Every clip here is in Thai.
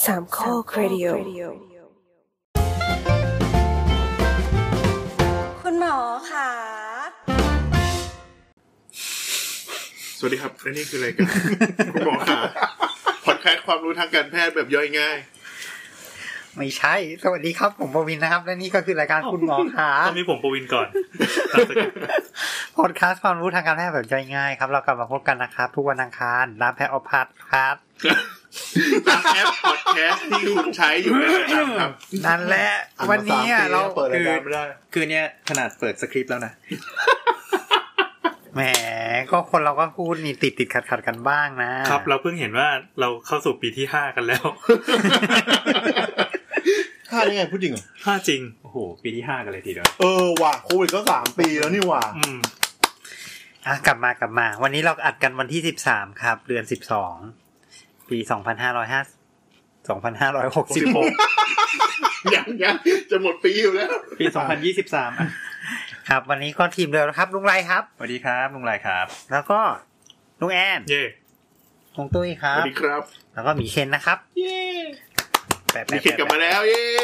สามข้อครดิโอคุณหมอค่ะสวัสดีครับและนี่คือรายการคุณหมอค่ะพอดแคสต์ความรู้ทางการแพทย์แบบย่อยง่ายไม่ใช่สวัสดีครับผมปวินนะครับและนี่ก็คือรายการคุณหมอค่ะตอนนี้ผมปวินก่อนพอดแคสต์ความรู้ทางการแพทย์แบบย่อยง่ายครับเรากลับมาพบกันนะครับทุกวันอังคารร้านแพทย์ออพัทครับตามแอปพอดแคสต์ที่คุณใช้อยู่ในประจำครับนั่นแหละวันนี้เราคือเนี่ยขนาดเปิดสคริปต์แล้วนะแหมก็คนเราก็พูดนี่ติดขัดกันบ้างนะครับเราเพิ่งเห็นว่าเราเข้าสู่ปีที่5กันแล้ว 5ได้ไงพูดจริงเหรอ 5จริงโอ้โหปีที่5กันเลยทีเดียวว่ะโควิดก็3ปีแล้วนี่ว่ะกลับมาวันนี้เราอัดกันวันที่13ครับเดือน12ปี2566 ยังจะหมดปีอยู่แล้วปี2023 ครับวันนี้ก็ทีมเดิมนะครับลุงไรครับสวัสดีครับลุงไรครับแล้วก็ลุงแอนเย่ลุงตุ้ยครับสวัสดีครับแล้วก็หมีเคนนะครับเย่มีเคนกลับมาแล้วเย่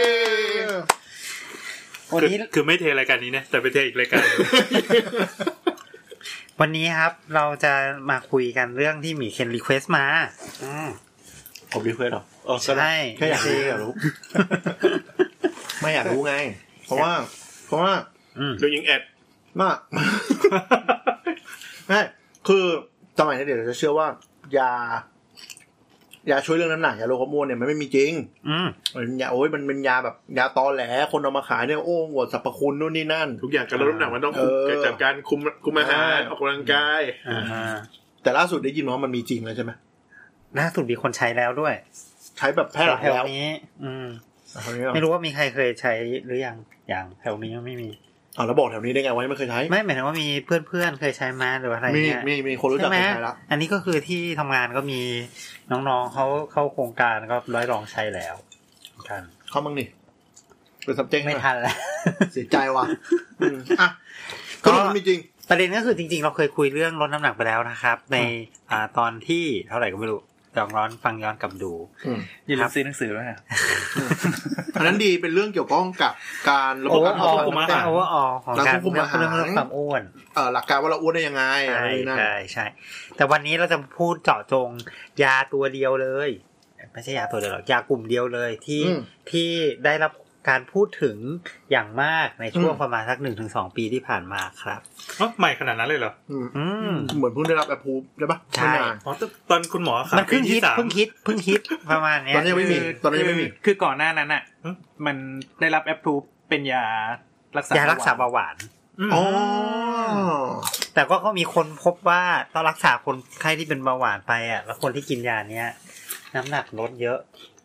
วันนี้คือไม่เทรายการนี้นะแต่ไปเทอีกรายการวันนี้ครับเราจะมาคุยกันเรื่องที่หมีเคนรีเควสต์มาผมรีเควสต์หรอใช่แค่อยากรู้ไม่อยากรู้ไงเพราะว่าเรื่องยิงแอดมากไม่คือสมัยนี้เดี๋ยวเราจะเชื่อว่ายาช่วยเรื่องน้ำหนักยาลดความอ้วนเนี่ยมันไม่มีจริงมันยามันเป็นยาแบบยาตอแหลคนเอามาขายเนี่ยโอ้โหสรรพคุณนู่นนี่นั่นทุกอย่างการลดน้ำหนักมันต้องเกิดจากการคุมอาหารออกกำลังกายแต่ล่าสุดได้ยินว่ามันมีจริงแล้วใช่ไหมล่าสุดมีคนใช้แล้วด้วยใช้แบบแพร่หลายแล้วนี้ไม่รู้ว่ามีใครเคยใช้หรือยังอย่างแถวนี้ไม่มีแล้วบอกแถวนี้ได้ไงวะไม่เคยใช้ไม่หมายถึงว่ามีเพื่อนๆเคยใช้มาหรืออะไรเงี้ยมีคนรู้จักใช้แล้วอันนี้ก็คือที่ทำงานก็มีน้องๆเขาเข้าโครงการก็ได้ลองใช้แล้วกันเข้ามั่งนี่เป็นซับเจกต์ไม่ทันแล้วเสียใจว่ะก็มีจริงประเด็นก็คือจริงๆเราเคยคุยเรื่องลดน้ำหนักไปแล้วนะครับในตอนที่เท่าไหร่ก็ไม่รู้ลองฟังย้อนกลับดูอย่าลืมซื้อหนังสือด้วยนะอันนั้นดีเป็นเรื่องเกี่ยวข้องกับการระบบการควบคุมอาหารของการควบคุมอาหารเรื่องความอ้วนหลักการว่าเราอ้วนได้ยังไงใช่แต่วันนี้เราจะพูดเจาะจงยาตัวเดียวเลยไม่ใช่ยาตัวเดียวหรอกยากลุ่มเดียวเลยที่ได้รับการพูดถึงอย่างมากในช่วงประมาณสัก 1-2 ปีที่ผ่านมาครับใหม่ขนาดนั้นเลยเหรอเหมือนเพิ่งได้รับapproveใช่ปะใช่ตอนคุณหมอมันเพิ่งฮิตประมาณนี้ตอนนี้ยังไม่มีคือก่อนหน้านั้นน่ะมันได้รับapproveเป็นยารักษาเบาหวานแต่ก็มีคนพบว่าต้องรักษาคนไข้ที่เป็นเบาหวานไปแล้วคนที่กินยาเนี้ยน้ำหนักลดเยอะ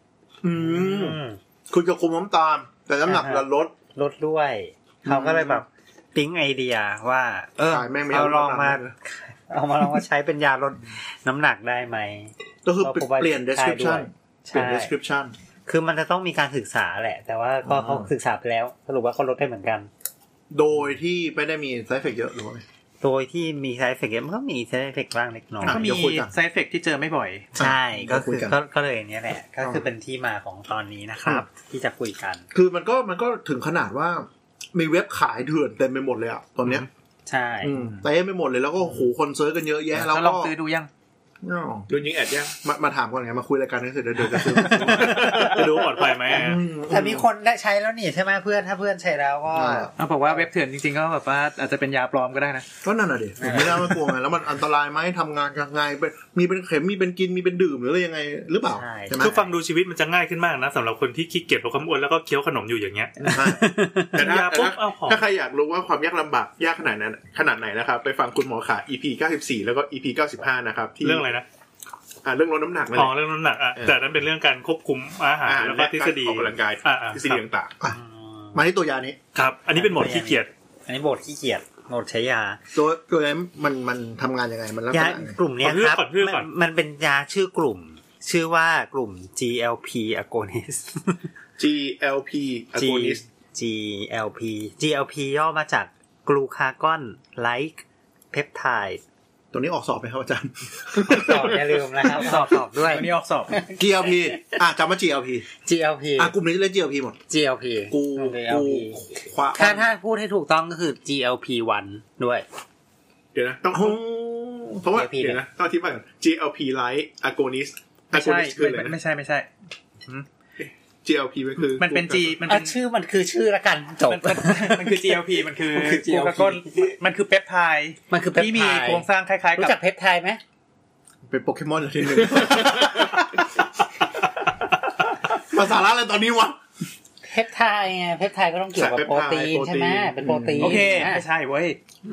คุณจะคุมน้ำตาลแต่น้ำหนักลดด้วยเขาก็เลยแบบปิ๊งไอเดียว่าเอาลองมาใช้เป็นยาลดน้ำหนักได้ไหมก็คือเปลี่ยน description คือมันจะต้องมีการศึกษาแหละแต่ว่าก็เขาศึกษาไปแล้วสรุปว่าเขาลดได้เหมือนกันโดยที่ไม่ได้มี side effect เยอะหรือว่าโดยที่มี side effect เยอะมันก็มี side effect บ้างเล็กน้อยก็มี side effect ที่เจอไม่บ่อยใช่ก็เลยเนี้ยแหละก็คือเป็นที่มาของตอนนี้นะครับที่จะคุยกันคือมันก็ถึงขนาดว่ามีเว็บขายเถื่อนเต็มไปหมดเลยตอนเนี้ยใช่เต็มไปหมดเลยแล้วก็โหคนเซิร์ชกันเยอะแยะแล้วก็ลองซื้อดูยังโดนยิงแอดยังมาถามก่อนไงมาคุยรายการนี้เสร็จเดี๋ยวจะซื้อจะดูปลอดภัยไหมแต่มีคนได้ใช้แล้วนี่ใช่ไหมเพื่อนถ้าเพื่อนใช้แล้วก็บอกว่าเว็บเถื่อนจริงๆก็แบบว่าอาจจะเป็นยาปลอมก็ได้นะก็นั่นน่ะดิผมไม่ได้มากลัวไงแล้วมันอันตรายไหมทำงานยังไงมีเป็นเข็มมีเป็นกินมีเป็นดื่มหรืออะไรยังไงหรือเปล่าคือฟังดูชีวิตมันจะง่ายขึ้นมากนะสำหรับคนที่ขี้เกียจลดความอ้วนแล้วก็เคี้ยวขนมอยู่อย่างเงี้ยแต่ถ้าใครอยากรู้ว่าความยากลำบากยากขนาดไหนนะครับไปฟังคุณหมอขา EP 94แล้วก็ EP 95นะครับที่เรื่องอะไรนะเรื่องลดน้ำหนักเรื่องน้ำหนักแต่นั้นเป็นเรื่องการควบคุมอาหารแล้วก็ทฤษฎีออกกำลังกายทฤษฎีต่างๆมาที่ตัวยานี้ครับอันนี้เป็นโหมดขี้เกียจอันนี้โหมดขี้เกียจโหมดใช้ยาตัวนี้มันทำงานยังไงมันยากลุ่มนี้ครับมันเป็นยาชื่อกลุ่มชื่อว่ากลุ่ม GLP agonist GLP agonist GLP ย่อมาจาก glucagon like peptide ตัวนี้ออกสอบไหมครับอาจารย์สอบอย่าลืมนะครับสอบด้วยวันนี้ออกสอบ GLP จำว่า GLP GLP กลุ่มนี้เรียก GLP หมด GLP กูถ้าพูดให้ถูกต้องก็คือ GLP-1 ด้วยเดี๋ยวนะต้องเพราะว่าเดี๋ยวนะต้องอธิบายก่อน GLP Light Agonist ไม่ใช่คืออะไรนะไม่ใช่ GLP มันคือมันเป็น G มันเป็นชื่อมันคือชื่อละกันจบมันคือ GLP มันคือกูคาก้อนมันคือเปปไทด์ที่มีโครงสร้างคล้ายๆกับรู้จักเพปไทด์ไหมเป็นโปเกมอนทีนึงภาษาอะไรตอนนี้วะเพปไทด์ไงเพปไทด์ก็ต้องเกี่ยวกับโปรตีนใช่ไหมเป็นโปรตีนโอเคไม่ใช่เว้ย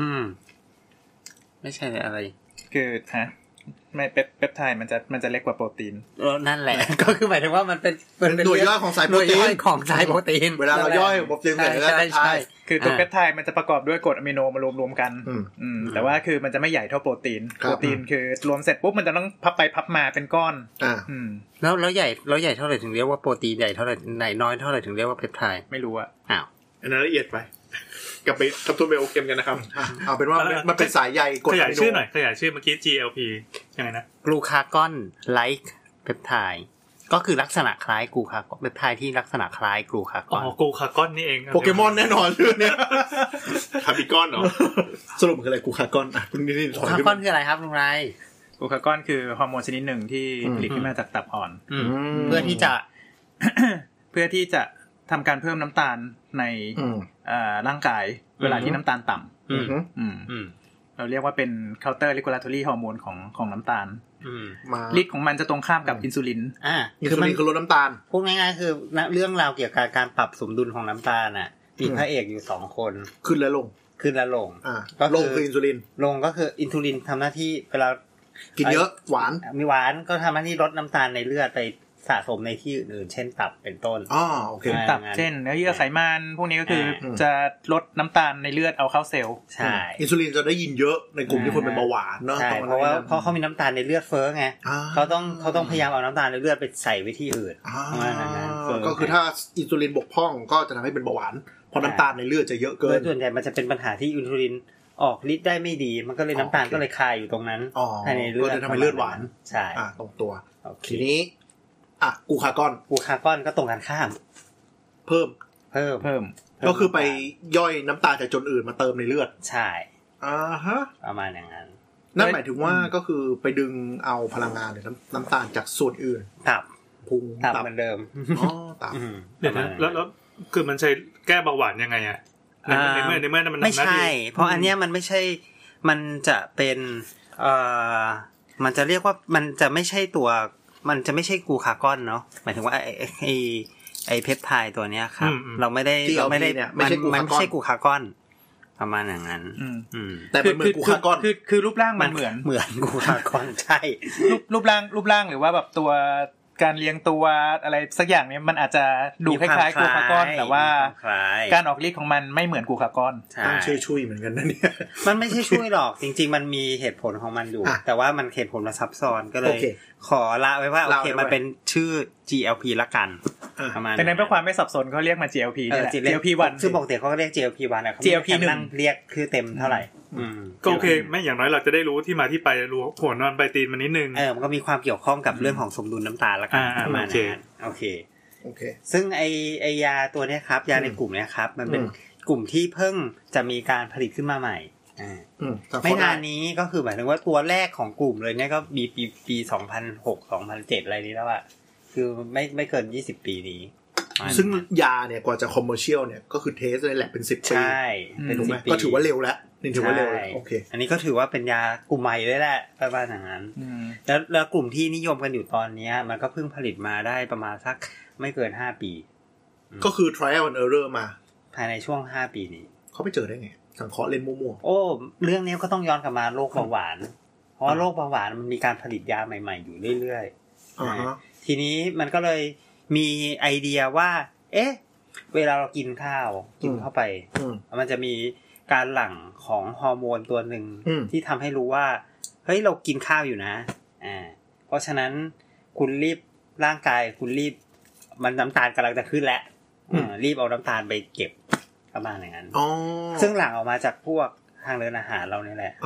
ไม่ใช่อะไรคือฮะไม่เปปไทด์มันจะเล็กกว่าโปรตีนนั่นแหละก็คือหมายถึงว่ามันเป็นหน่วยย่อยของสายโปรตีนของสายโปรตีนเวลาเราย่อยโปรตีนใช่คือตัวเปปไทด์มันจะประกอบด้วยกรดอะมิโนมารวมกันแต่ว่าคือมันจะไม่ใหญ่เท่าโปรตีนคือรวมเสร็จปุ๊บมันจะต้องพับไปพับมาเป็นก้อนแล้วใหญ่เท่าไหร่ถึงเรียกว่าโปรตีนใหญ่เท่าไหร่ไหนน้อยเท่าไหร่ถึงเรียกว่าเพปไทด์ไม่รู้อะอ้าวอันนั้นละเอียดไปกลับไปทบทวนไบโอเคมกันนะครับเอาเป็นว่ามันเป็นสายใยกรดอะมิโนขยายชื่อหน่อยขยายชื่อเมื่อกี้ GLP ยังไงนะกลูคากอนไลค์เพปไทด์ก็คือลักษณะคล้ายกลูคากอนเพปไทด์ที่ลักษณะคล้ายกลูคากอนกลูคากอนนี่เองโปเกมอนแน่นอนชื่อเนี่ยคาบิกอนเหรอสรุปคืออะไรกลูคากอนกลูคากอนคืออะไรครับลุงไรกลูคากอนคือฮอร์โมนชนิดหนึ่งที่ผลิตขึ้นมาจากตับอ่อนเพื่อที่จะทำการเพิ่มน้ำตาลในร่างกายเวลาที่น้ำตาลต่ำเราเรียกว่าเป็น counter regulatory hormone ของน้ำตาลฤทธิ์ของมันจะตรงข้ามกับอินซูลินคือมันคือลดน้ำตาลพูดง่ายๆคือเรื่องราวเกี่ยวกับการปรับสมดุลของน้ำตาลน่ะมีพระเอกอยู่2คนขึ้นและลงก็ลงคืออินซูลินลงก็คืออินซูลินทำหน้าที่เวลากินเยอะหวานมีหวานก็ทำหน้าที่ลดน้ำตาลในเลือดไปสะสมในที่อื่นเช่นตับเป็นต้นโอเคตับเช่นเนื้อเยื่อไขมันพวกนี้ก็คือจะลดน้ำตาลในเลือดเอาเข้าเซลล์ใช่อินซูลินจะได้ยินเยอะในกลุ่มที่คนเป็นเบาหวานเนาะใช่เพราะว่าเขามีน้ำตาลในเลือดเฟ้อไงเขาต้องพยายามเอาน้ำตาลในเลือดไปใส่ไว้ที่อื่นก็คือถ้าอินซูลินบกพร่องก็จะทำให้เป็นเบาหวานเพราะน้ำตาลในเลือดจะเยอะเกินส่วนใหญ่มันจะเป็นปัญหาที่อินซูลินออกฤทธิ์ได้ไม่ดีมันก็เลยน้ำตาลก็เลยคายอยู่ตรงนั้นในเลือดก็จะทำให้เลือดหวานใช่ตรงตัวทีนี้กลูคากอนก็ตรงกันข้ามเพิ่มก็คือไปย่อยน้ำตาลจากจุดอื่นมาเติมในเลือดใช่ประมาณอย่างนั้นนั่นหมายถึงว่าก็คือไปดึงเอาพลังงานหรือน้ำตาลจากส่วนอื่นตับพุงตับเหมือนเดิมตับเดี๋ยวนะแล้วคือมันใช้แก้เบาหวานยังไงในเมื่อมันไม่ใช่เพราะอันเนี้ยมันไม่ใช่มันจะเป็นมันจะเรียกว่ามันจะไม่ใช่ตัวมันจะไม่ใช่กลูคากอนเนาะหมายถึงว่าไอเพปไทด์ตัวเนี้ยครับเราไม่ได้มันไม่ใช่กลูคากอนประมาณอย่างนั้นแต่มันเหมือนกลูคากอนคือรูปร่างมันเหมือนกลูคากอนใช่รูปร่างหรือว่าแบบตัวการเลี้ยงตัวอะไรสักอย่างเนี้ยมันอาจจะดูคล้ายๆกลูคากอนแต่ว่าการออกฤทธิ์ของมันไม่เหมือนกลูคากอนต้องช่วยเหมือนกันนะเนี่ยมันไม่ใช่ช่วยหรอกจริงๆมันมีเหตุผลของมันอยู่แต่ว่ามันเหตุผลมันซับซ้อนก็เลยขอละไว้ว่าโอเคมันเป็นชื่อ GLP ละกันประมาณนั้นเพื่อความไม่สับสนเขาเรียกมา GLP นี่แหละ GLP-1 ซึ่งปกติเขาก็เรียก GLP-1 นะ GLP-1 เรียกคือเต็มเท่าไหร่ก็โอเคไม่อย่างน้อยเราจะได้รู้ที่มาที่ไปรู้หัวนอนปลายตีนมันนิดนึงมันก็มีความเกี่ยวข้องกับเรื่องของสมดุลน้ำตาลละกันประมาณนั้นโอเคซึ่งไอยาตัวนี้ครับยาในกลุ่มนี้ครับมันเป็นกลุ่มที่เพิ่งจะมีการผลิตขึ้นมาใหม่ไม่นานนี้ก็คือหมายถึงว่าตัวแรกของกลุ่มเลยเนี่ยก็มีปี2006 2007อะไรนี้แล้วอ่ะคือไม่เกิน20ปีนี้ซึ่งยาเนี่ยกว่าจะคอมเมอร์เชียลเนี่ยก็คือเทสในแลบเป็น10ปีใช่เป็นถูกมั้ยก็ถือว่าเร็วแล้วนี่ถือว่าเร็วโอเคอันนี้ก็ถือว่าเป็นยากลุ่มใหม่เลยแหละประมาณอย่างนั้นแล้วกลุ่มที่นิยมกันอยู่ตอนนี้มันก็เพิ่งผลิตมาได้ประมาณสักไม่เกิน5ปีก็คือ trial and error มาภายในช่วง5ปีนี้เขาไปเจอได้ไงสังเคราะห์เล่นมั่วๆโอ้เรื่องนี้ก็ต้องย้อนกลับมาโรคเบาหวานเพราะว่าโรคเบาหวานมันมีการผลิตยาใหม่ๆอยู่เรื่อยๆทีนี้มันก็เลยมีไอเดียว่าเวลาเรากินข้าวกินเข้าไปมันจะมีการหลั่งของฮอร์โมนตัวหนึ่งที่ทำให้รู้ว่าเฮ้ยเรากินข้าวอยู่นะเพราะฉะนั้นคุณรีบร่างกายคุณรีบมันน้ำตาลกำลังจะขึ้นแล้วรีบเอาน้ำตาลไปเก็บประมาณอย่างนั้นซึ่งหลั่งออกมาจากพวกทางเดินอาหารเราเนี่ยแหละ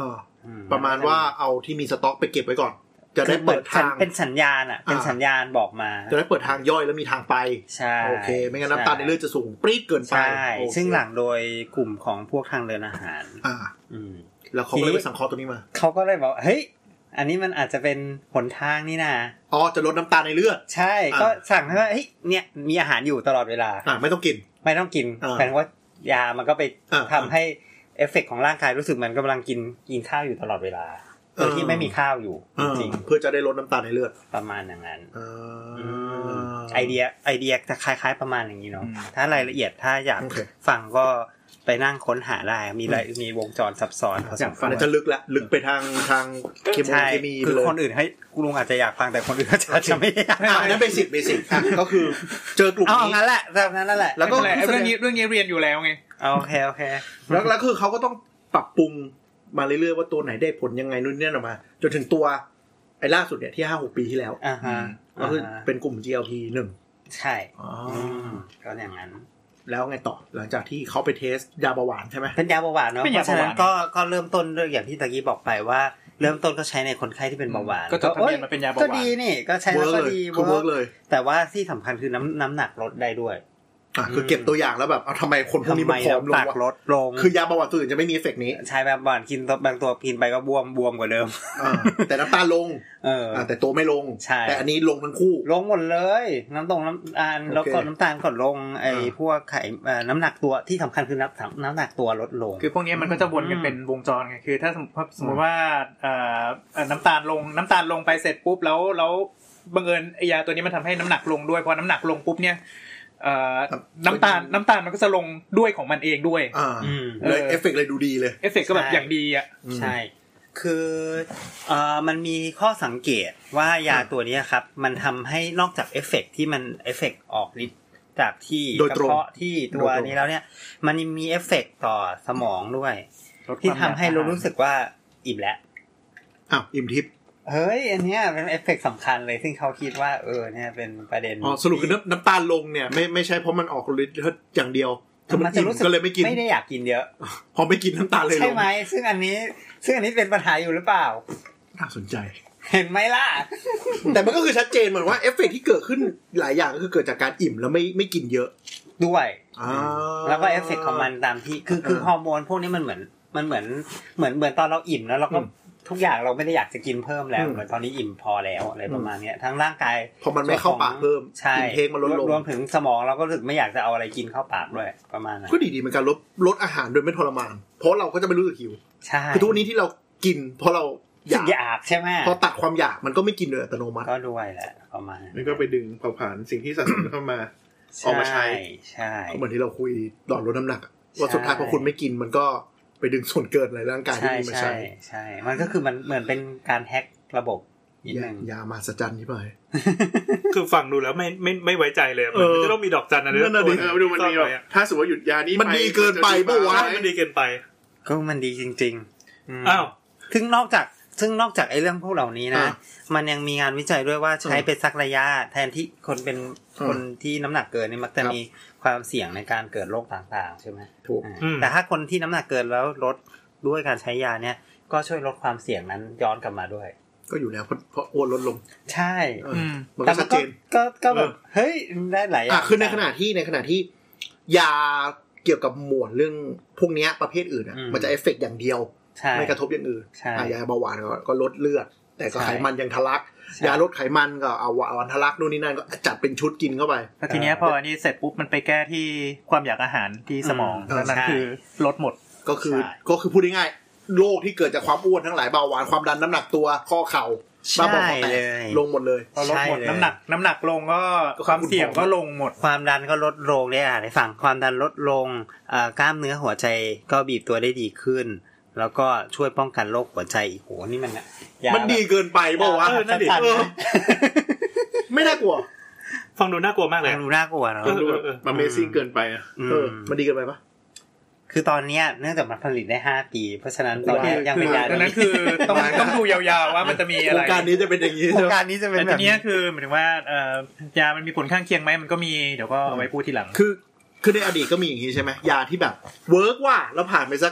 ประมาณว่าเอาที่มีสต็อกไปเก็บไว้ก่อนจะได้เปิดทางเป็นสัญญาณอ่ะเป็นสัญญาณบอกมาจะได้เปิดทางย่อยแล้วมีทางไปใช่โอเคไม่งั้นน้ำตาลในเลือดจะสูงปรี๊ดเกินไปใช่ซึ่งหลังโดยกลุ่มของพวกทางเดินอาหารแล้วเขาเลยไปสังเคราะห์ตัวนี้มาเขาก็เลยบอกเฮ้ยอันนี้มันอาจจะเป็นหนทางนี่นะอ๋อจะลดน้ำตาลในเลือดใช่ก็สั่งให้ว่าเฮ้ยเนี่ยมีอาหารอยู่ตลอดเวลาไม่ต้องกินแปลว่ายามันก็ไปทำให้เอฟเฟกต์ของร่างกายรู้สึกมันกำลังกินข้าวอยู่ตลอดเวลาโดยที่ไม่มีข้าวอยู่จริงเพื่อจะได้ลดน้ำตาลในเลือดประมาณอย่างนั้นไอเดียจะคล้ายๆประมาณอย่างนี้เนาะถ้ารายละเอียดถ้าอยากฟังก็ไปนั่งค้นหาได้มีวงจรซับซ้อนพอสมควรจะลึกไปทางเคมีคือคนอื่นให้ลุงอาจจะอยากฟังแต่คนอื่นก็จะไม่อยากนั่นเบสิกก็คือเจอกลุ่มนี้งั้นแหละแบบนั้นแหละแล้วก็เรื่องนี้เรียนอยู่แล้วไงโอเคแล้วคือเขาก็ต้องปรับปรุงมาเรื่อยๆว่าตัวไหนได้ผลยังไงนู่นนี่ออกมาจนถึงตัวไอ้ล่าสุดเนี่ยที่ 5-6 ปีที่แล้วก็คือเป็นกลุ่ม GLP-1 ใช่ก็อย่างนั้นแล้วไงต่อหลังจากที่เขาไปเทสยาเบาหวานใช่ไหมเป็นยาเบาหวานเนาะเพราะฉะนั้นก็เริ่มต้นด้วยอย่างที่ตะกี้บอกไปว่าเริ่มต้นก็ใช้ในคนไข้ที่เป็นเบาหวานก็จดทะเบียนมาเป็นยาเบาหวานก็ดีนี่ก็ใช้แล้วก็ดีเวิร์กเลยแต่ว่าที่สำคัญคือน้ำหนักลดได้ด้วยคือเก็บตัวอย่างแล้วแบบทำไมคนพวกนี้มันผอมลดลงคือยาเบาหวานตัวอื่นจะไม่มีเอฟเฟกต์นี้ใช่แบบเบาหวานกินบางตัวกินไปก็บวมกว่าเดิมแต่น้ำตาลลงแต่ตัวไม่ลงแต่อันนี้ลงทั้งคู่ลงหมดเลยน้ำตาลแล้วก็น้ำตาลก็ลงไอ้พวกไขน้ำหนักตัวที่สำคัญคือน้ำหนักตัวลดลงคือพวกนี้มันก็จะวนกันเป็นวงจรไงคือถ้าสมมติว่าน้ำตาลลงไปเสร็จปุ๊บแล้วบังเอิญไอ้ยาตัวนี้มันทำให้น้ำหนักลงด้วยพอน้ำหนักลงปุ๊บเนี่ยน้ำตาลมันก็จะลงด้วยของมันเองด้วยเลยเอฟเฟกต์เลยดูดีเลยเอฟเฟกต์ก็แบบอย่างดีอ่ะใช่คือมันมีข้อสังเกตว่ายาตัวนี้ครับมันทำให้นอกจากเอฟเฟกต์ที่มันเอฟเฟกต์ออกฤทธิ์จากที่กระเพาะที่ตัวนี้แล้วเนี่ยมันมีเอฟเฟกต์ต่อสมองด้วยที่ทำให้เรารู้สึกว่าอิ่มแล้วอิ่มทิพย์เฮ้ยอันเนี้ยเป็นเอฟเฟกต์สำคัญเลยซึ่งเขาคิดว่าเนี่ยเป็นประเด็นสรุปคือน้ำตาลลงเนี่ยไม่ใช่เพราะมันออกฤทธิ์อย่างเดียวมันจะรู้สึกก็เลยไม่ได้อยากกินเยอะพอไม่กินน้ำตาลเลยใช่ไหมซึ่งอันนี้เป็นปัญหาอยู่หรือเปล่าน่าสนใจเห็นไหมล่ะแต่มันก็คือชัดเจนเหมือนว่าเอฟเฟกต์ที่เกิดขึ้นหลายอย่างก็คือเกิดจากการอิ่มแล้วไม่กินเยอะด้วยแล้วก็เอฟเฟกต์ของมันตามที่คือฮอร์โมนพวกนี้มันเหมือนตอนเราอิ่มแล้วเราก็ทุกอย่างเราไม่ได้อยากจะกินเพิ่มแล้วเหมือนตอนนี้อิ่มพอแล้วอะไรประมาณนี้ทั้งร่างกายพอมันไม่เข้าปากเพิ่มอินเทคมันลดลงรวมถึงสมองเราก็รู้สึกไม่อยากจะเอาอะไรกินเข้าปากด้วยประมาณนั้นก็ดีๆเหมือนกันลดอาหารโดยไม่ทรมานเพราะเราก็จะไม่รู้สึกหิวใช่คือทุกวันนี้ที่เรากินเพราะเราอยากใช่ไหมพอตัดความอยากมันก็ไม่กินโดยอัตโนมัติก็ด้วยแหละประมาณนั้นก็ไปดึงเผาผลาญสิ่งที่สะสมเข้ามาออกมาใช้ใช่เหมือนที่เราคุยหลอดลดน้ำหนักว่าสุดท้ายพอคุณไม่กินมันก็ไปดึงส่วนเกินในร่างกายที่มีมาใช่มันก็คือมันเหมือนเป็นการแฮ็กระบบนิดนึงยามาสจันนี่ไปคือฟังดูแล้วไม่ไว้ใจเลยมันจะต้องมีดอกจันอะไรนั่นน่ะดิดูมันมีถ้าสมมติว่าหยุดยานี้มันดีเกินไปป่ะวะมันดีเกินไปก็มันดีจริงๆอ้าวซึ่งนอกจากไอ้เรื่องพวกเหล่านี้นะมันยังมีงานวิจัยด้วยว่าใช้เป็นสักระยะแทนที่คนที่น้ำหนักเกินนี่มักจะมีความเสี่ยงในการเกิดโรคต่างๆใช่ไหมถูกแต่ถ้าคนที่น้ำหนักเกินแล้วลดด้วยการใช้ยาเนี่ยก็ช่วยลดความเสี่ยงนั้นย้อนกลับมาด้วยก็อยู่แล้วเพราะอ้วนลดลงใช่มันก็ชัดเจนก็แบบเฮ้ยได้หลายอย่างคือในขณะที่ยาเกี่ยวกับหมวดเรื่องพวกนี้ประเภทอื่นมันจะเอฟเฟกต์อย่างเดียวไม่กระทบอย่างอื่นยาเบาหวานก็ลดเลือดแต่ก็ไขมันยังทะลักยาลดไขมันก็เอาวันทะลักนู่นนี่นั่นก็จัดเป็นชุดกินเข้าไปแล้วทีเนี้ยพออันนี้เสร็จปุ๊บมันไปแก้ที่ความอยากอาหารที่สมองนั่นคือลดหมดก็คือพูดง่ายๆโรคที่เกิดจากความอ้วนทั้งหลายเบาหวานความดันน้ำหนักตัวข้อเข่าบ้าบอคอแตกลงหมดเลยลดหมดน้ำหนักลงก็ความเสี่ยงก็ลงหมดความดันก็ลดลงได้ในฝั่งความดันลดลงกล้ามเนื้อหัวใจก็บีบตัวได้ดีขึ้นแล้วก็ช่วยป้องกันโรคหัวใจโหนี่มันดีเกินไปป่าววะนั่นดิไม่น่ากลัวฟังดูน่ากลัวมากเลยฟังดูน่ากลัวเนาะมันAmazing เกินไปอ่ะมันดีเกินไปปะคือตอนนี้เนื่องจากมันผลิตได้5ปีเพราะฉะนั้นตอนนี้ยังเป็นยาดังนั้นคือต้องดูยาวๆว่ามันจะมีอะไรโครงการนี้จะเป็นอย่างนี้โครงการนี้จะเป็นแบบนี้คือหมายถึงว่ายามันมีผลข้างเคียงไหมมันก็มีเดี๋ยวก็เอาไว้พูดทีหลังคือในอดีตก็มีอย่างนี้ใช่ไหมยาที่แบบเวิร์กว่าแล้วผ่านไปสัก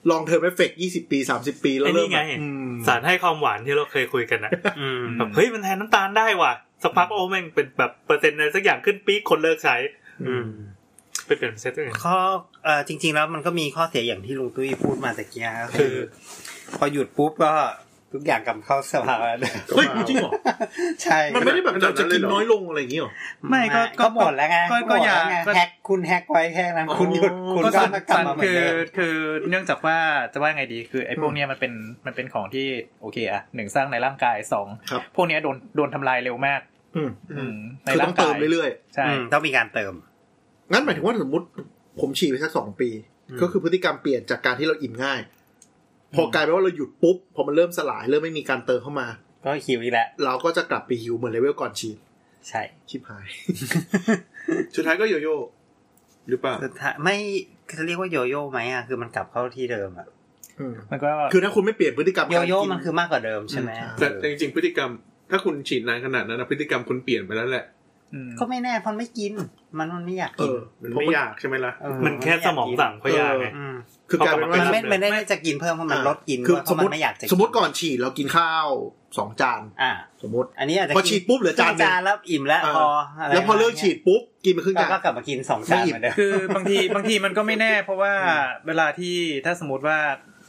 long term effect 20 ปี 30 ปีแล้วเริ่มไงสารให้ความหวานที่เราเคยคุยกันนะแบบเฮ้ยมันแทนน้ำตาลได้ว่ะสักพักโอ้แม่งเป็นแบบเปอร์เซ็นต์อะไรสักอย่างขึ้นปี๊กคนเลิกใช้ไปเปลี่ยนเซตอื่นข้อจริงๆแล้วมันก็มีข้อเสียอย่างที่ลุงตุ้ยพูดมาตะกี้คือพอหยุดปุ๊บก็ทุกอย่างกลับเข้าสภาวะเดิมเฮ้ยจริงเหรอใช่มันไม่ได้แบบจะกินน้อยลงอะไรอย่างงี้หรอไม่ก็หมดแล้วไงก็อย่าแฮกคุณแฮกไว้แค่นั้นคุณหยุดคุณก็กลับมาเหมือนเดิมคือเนื่องจากว่าจะว่าไงดีคือไอ้พวกเนี้ยมันเป็นของที่โอเคอ่ะ1สร้างในร่างกาย2พวกเนี้ยโดนทำลายเร็วมากในร่างกายเรื่อยๆใช่ต้องมีการเติมงั้นหมายถึงว่าสมมติผมฉีดไปสัก2 ปีก็คือพฤติกรรมเปลี่ยนจากการที่เราอิ่มง่ายพอกลายเป็นว่าเราหยุดปุ๊บพอมันเริ่มสลายเริ่มไม่มีการเติมเข้ามาก็หิวอีกแล้วเราก็จะกลับไปหิวเหมือนเลเวลก่อนฉีดใช่ชิบหายสุดท้ายก็โยโย่หรือเปล่าสุดท้ายไม่จะเรียกว่าโยโย่ไหมอ่ะคือมันกลับเข้าที่เดิมอ่ะมันก็คือถ้าคุณไม่เปลี่ยนพฤติกรรมโยโย่มันคือมากกว่าเดิมใช่ไหมแต่จริงๆพฤติกรรมถ้าคุณฉีดนานขนาดนั้นนะพฤติกรรมคุณเปลี่ยนไปแล้วแหละก็ไม่แน่พอไม่กินมันไม่อยากกินมันไม่อยากใช่ไหมล่ะมันแค่สมองสั่งพยาไงคือกลายเป็นว่ามันไม่ได้จะกินเพิ่มเพราะมันลดกินคือสมมติก่อนฉีดเรากินข้าว2 จานสมมติอันนี้อาจจะพอฉีดปุ๊บเหลือจานแล้วอิ่มแล้วพอแล้วพอเลิกฉีดปุ๊บกินไปครึ่งจานก็กลับมากิน2 จานเหมือนเดิมคือบางทีมันก็ไม่แน่เพราะว่าเวลาที่ถ้าสมมติว่า